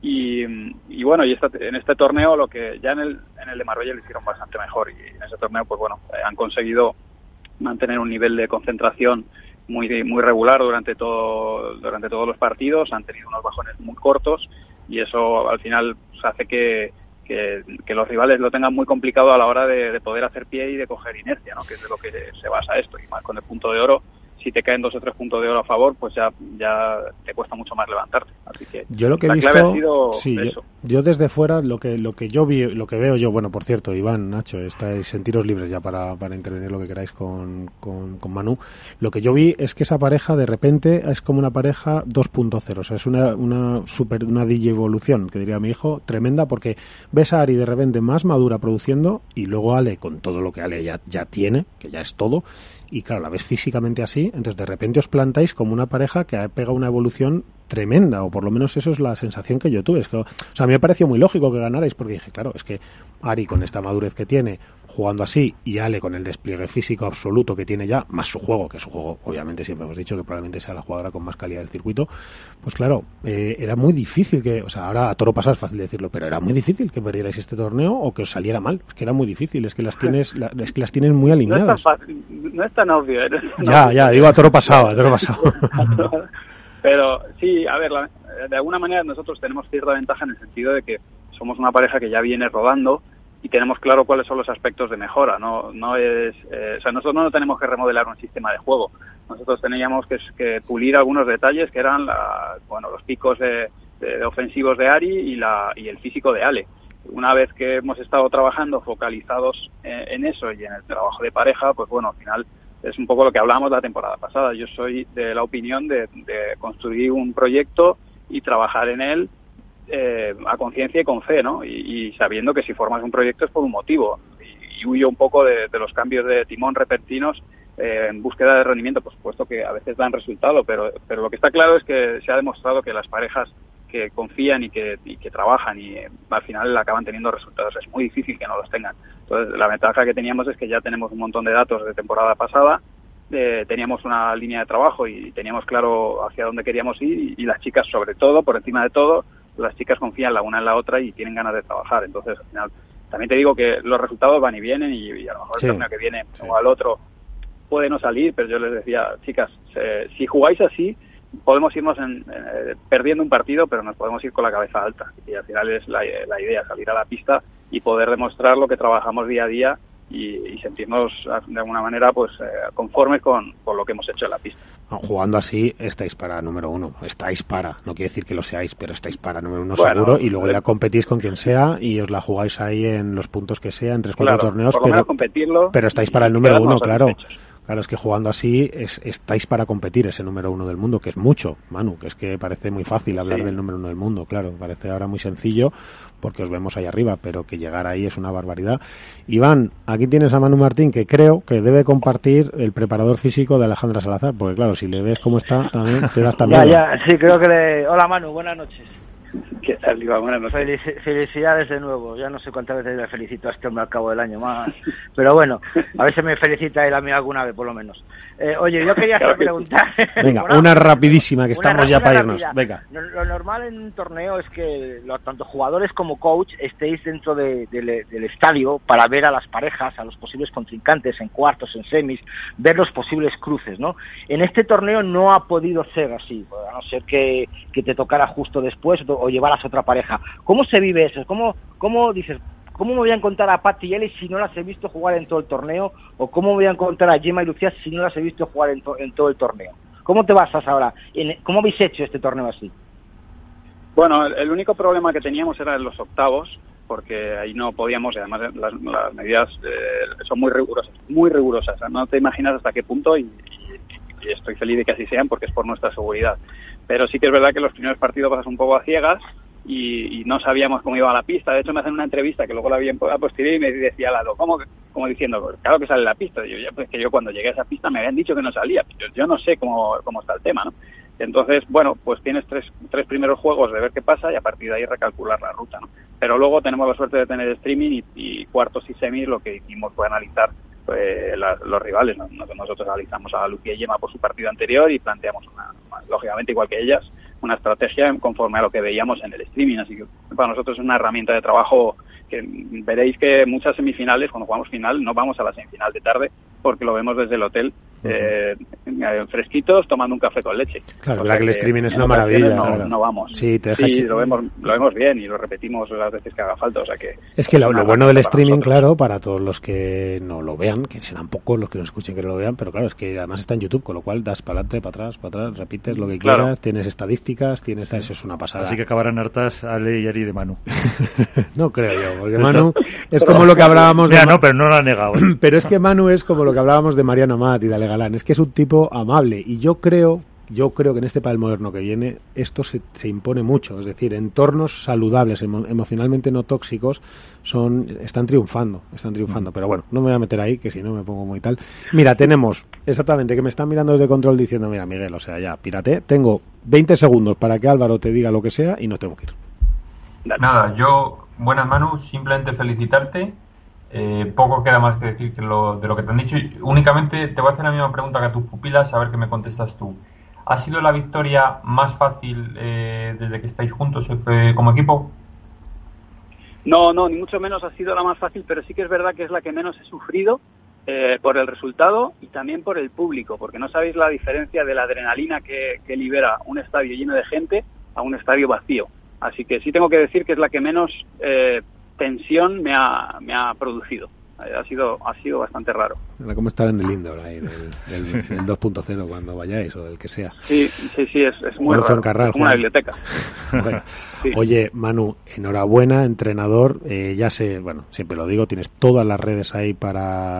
Y bueno, en este torneo, lo que ya en el de Marbella lo hicieron bastante mejor, y en ese torneo, pues bueno, han conseguido mantener un nivel de concentración muy regular durante todos los partidos, han tenido unos bajones muy cortos, y eso al final pues, hace que los rivales lo tengan muy complicado a la hora de poder hacer pie y de coger inercia, ¿no? Que es de lo que se basa esto, y más con el punto de oro, si te caen 2 o 3 puntos de oro a favor, pues ya te cuesta mucho más levantarte. Así que yo lo que he la visto, clave ha sido eso. Yo desde fuera lo que yo vi, lo que veo yo, bueno, por cierto, Iván, Nacho, estáis sentiros libres ya para intervenir lo que queráis con Manu. Lo que yo vi es que esa pareja de repente es como una pareja 2.0, o sea, es una DJ evolución, que diría mi hijo, tremenda, porque ves a Ari de repente más madura produciendo y luego Ale con todo lo que Ale ya tiene, que ya es todo. Y claro, la ves físicamente así, entonces de repente os plantáis como una pareja que ha pegado una evolución tremenda, o por lo menos eso es la sensación que yo tuve. Es que, o sea, a mí me pareció muy lógico que ganarais, porque dije, claro, es que Ari con esta madurez que tiene, jugando así, y Ale con el despliegue físico absoluto que tiene ya, más su juego, que su juego, obviamente siempre hemos dicho que probablemente sea la jugadora con más calidad del circuito, pues claro, era muy difícil que, o sea, ahora a toro pasado es fácil decirlo, pero era muy difícil que perdierais este torneo o que os saliera mal, es que era muy difícil, es que las tienes muy alineadas. No es tan obvio. Ya, digo a toro pasado. Pero sí, a ver, de alguna manera nosotros tenemos cierta ventaja en el sentido de que somos una pareja que ya viene rodando y tenemos claro cuáles son los aspectos de mejora. No es, o sea, nosotros no tenemos que remodelar un sistema de juego. Nosotros teníamos que pulir algunos detalles que eran los picos de ofensivos de Ari y el físico de Ale. Una vez que hemos estado trabajando focalizados en eso y en el trabajo de pareja, pues bueno, al final es un poco lo que hablábamos la temporada pasada. Yo soy de la opinión de construir un proyecto y trabajar en él a conciencia y con fe, ¿no? Y sabiendo que si formas un proyecto es por un motivo. Y huyo un poco de los cambios de timón repentinos en búsqueda de rendimiento. Por supuesto que a veces dan resultado, pero lo que está claro es que se ha demostrado que las parejas que confían y que trabajan y al final acaban teniendo resultados. Es muy difícil que no los tengan. Entonces, la ventaja que teníamos es que ya tenemos un montón de datos de temporada pasada, teníamos una línea de trabajo y teníamos claro hacia dónde queríamos ir y las chicas, sobre todo, por encima de todo, las chicas confían la una en la otra y tienen ganas de trabajar. Entonces, al final, también te digo que los resultados van y vienen y a lo mejor el torneo que viene o al otro puede no salir, pero yo les decía, chicas, si jugáis así, podemos irnos perdiendo un partido, pero nos podemos ir con la cabeza alta. Y al final es la idea, salir a la pista y poder demostrar lo que trabajamos día a día y sentirnos de alguna manera pues conformes con lo que hemos hecho en la pista. Jugando así estáis para número 1, no quiere decir que lo seáis, pero estáis para número 1 seguro, y luego ya competís con quien sea y os la jugáis ahí en los puntos que sea, en 3-4 torneos, pero estáis para el número 1, claro. Claro, es que jugando así estáis para competir ese número 1 del mundo, que es mucho, Manu, que es que parece muy fácil hablar del número 1 del mundo, claro, parece ahora muy sencillo porque os vemos ahí arriba, pero que llegar ahí es una barbaridad. Iván, aquí tienes a Manu Martín, que creo que debe compartir el preparador físico de Alejandra Salazar, porque claro, si le ves cómo está, también te das también. Sí, creo que Hola Manu, buenas noches. ¿Qué tal, Iván? Buenas noches. Felicidades de nuevo. Ya no sé cuántas veces le felicito a este hombre al cabo del año más. Pero bueno, a ver si me felicita él a mí alguna vez, por lo menos. Oye, yo quería preguntar... Venga, una rapidísima, que estamos ya para irnos. Venga. Lo normal en un torneo es que tanto jugadores como coach estéis dentro del estadio para ver a las parejas, a los posibles contrincantes en cuartos, en semis, ver los posibles cruces, ¿no? En este torneo no ha podido ser así, a no ser que te tocara justo después o llevaras a otra pareja. ¿Cómo se vive eso? ¿Cómo dices... ¿Cómo me voy a encontrar a Patti y Eli si no las he visto jugar en todo el torneo? ¿O cómo me voy a encontrar a Gemma y Lucía si no las he visto jugar en todo el torneo? ¿Cómo te basas ahora? ¿Cómo habéis hecho este torneo así? Bueno, el único problema que teníamos era en los octavos, porque ahí no podíamos, y además las medidas son muy rigurosas. No te imaginas hasta qué punto y estoy feliz de que así sean porque es por nuestra seguridad. Pero sí que es verdad que los primeros partidos pasas un poco a ciegas y no sabíamos cómo iba la pista. De hecho, me hacen una entrevista que luego la vi a posteriori y me decía Lalo, como diciendo, claro que sale la pista. Yo cuando llegué a esa pista me habían dicho que no salía. Yo no sé cómo está el tema, ¿no? Entonces, bueno, pues tienes tres primeros juegos de ver qué pasa y a partir de ahí recalcular la ruta, ¿no? Pero luego tenemos la suerte de tener streaming y cuartos y semis, lo que hicimos fue analizar los rivales, ¿no? Nosotros analizamos a Lucía y Gemma por su partido anterior y planteamos lógicamente igual que ellas, una estrategia conforme a lo que veíamos en el streaming, así que para nosotros es una herramienta de trabajo que veréis que muchas semifinales, cuando jugamos final, no vamos a la semifinal de tarde porque lo vemos desde el hotel fresquitos tomando un café con leche. Claro, verdad que el streaming es una maravilla. No vamos. Sí, lo vemos bien y lo repetimos las veces que haga falta. O sea que es que lo bueno del streaming, claro, para todos los que no lo vean, que serán pocos los que nos escuchen que no lo vean, pero claro, es que además está en YouTube, con lo cual das para adelante, para atrás, repites lo que quieras, tienes estadísticas, eso es una pasada. Así que acabarán hartas Ale y Ari de Manu. No creo yo, porque Manu es como lo que hablábamos de... no, pero no lo ha negado. Pero es que Manu es como lo que hablábamos de Mariano Amat y Dale Galán, es que es un tipo amable y yo creo que en este pádel moderno que viene esto se impone mucho, es decir, entornos saludables, emocionalmente no tóxicos están triunfando, pero bueno, no me voy a meter ahí que si no me pongo muy tal. Mira, tenemos exactamente que me están mirando desde control diciendo, mira Miguel, o sea, ya, pírate, tengo 20 segundos para que Álvaro te diga lo que sea y nos tenemos que ir. Nada, buenas Manu, simplemente felicitarte. Poco queda más que decir de lo que te han dicho. Únicamente te voy a hacer la misma pregunta que a tus pupilas, a ver qué me contestas tú. ¿Ha sido la victoria más fácil desde que estáis juntos como equipo? No, ni mucho menos ha sido la más fácil, pero sí que es verdad que es la que menos he sufrido por el resultado y también por el público, porque no sabéis la diferencia de la adrenalina que libera un estadio lleno de gente a un estadio vacío. Así que sí tengo que decir que es la que menos tensión me ha producido. Ha sido bastante raro. ¿Cómo estar en el indoor ahí del 2.0 cuando vayáis o del que sea? Sí, es muy raro. Carral, es como una biblioteca. Bueno, sí. Oye, Manu, enhorabuena, entrenador. Ya sé, bueno, siempre lo digo, tienes todas las redes ahí para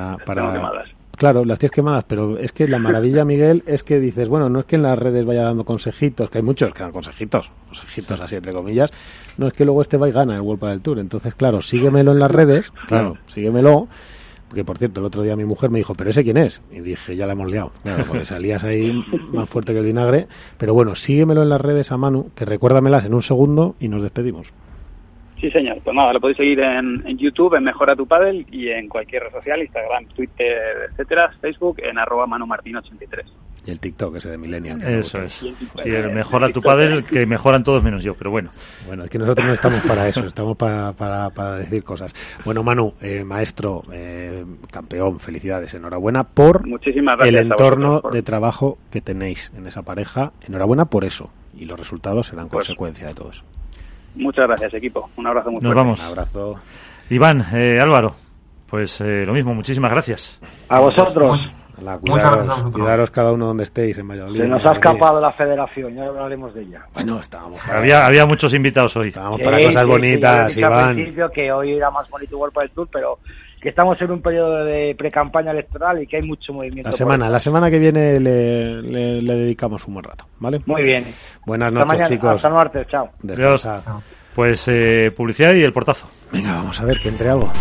Claro, las tienes quemadas, pero es que la maravilla, Miguel, es que dices, bueno, no es que en las redes vaya dando consejitos, que hay muchos que dan consejitos así entre comillas, no es que luego va y gana el World Padel Tour. Entonces, claro, síguemelo en las redes, síguemelo, porque por cierto, el otro día mi mujer me dijo, ¿pero ese quién es? Y dije, ya la hemos liado, claro, porque salías ahí más fuerte que el vinagre, pero bueno, síguemelo en las redes a Manu, que recuérdamelas en un segundo y nos despedimos. Sí, señor. Pues nada, lo podéis seguir en YouTube, en Mejora tu Padel y en cualquier red social, Instagram, Twitter, etcétera, Facebook, en @ManuMartin83. Y el TikTok ese de Millennial. Eso es. Y el Mejora tu Padel, que mejoran todos menos yo, pero bueno. Bueno, es que nosotros no estamos para eso, estamos para decir cosas. Bueno, Manu, maestro, campeón, felicidades, enhorabuena por el entorno de trabajo que tenéis en esa pareja. Enhorabuena por eso. Y los resultados serán consecuencia de todo eso. Muchas gracias, equipo. Un abrazo muy fuerte. Nos vamos. Un abrazo. Iván, Álvaro, pues lo mismo, muchísimas gracias. A vosotros. Cuidaros cada uno donde estéis en Valladolid. Se nos ha escapado la federación, ya hablaremos de ella. Bueno, estábamos había muchos invitados hoy. Estábamos para cosas bonitas, Iván. Al principio que hoy era más bonito World Padel Tour, pero que estamos en un periodo de pre-campaña electoral y que hay mucho movimiento. La semana que viene le dedicamos un buen rato, ¿vale? Muy bien. Buenas noches, chicos. Hasta martes, chao. Adiós. Pues publicidad y el portazo. Venga, vamos a ver que entre algo.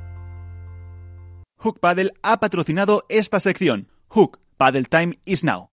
Hook Padel ha patrocinado esta sección. Hook Padel Time is now.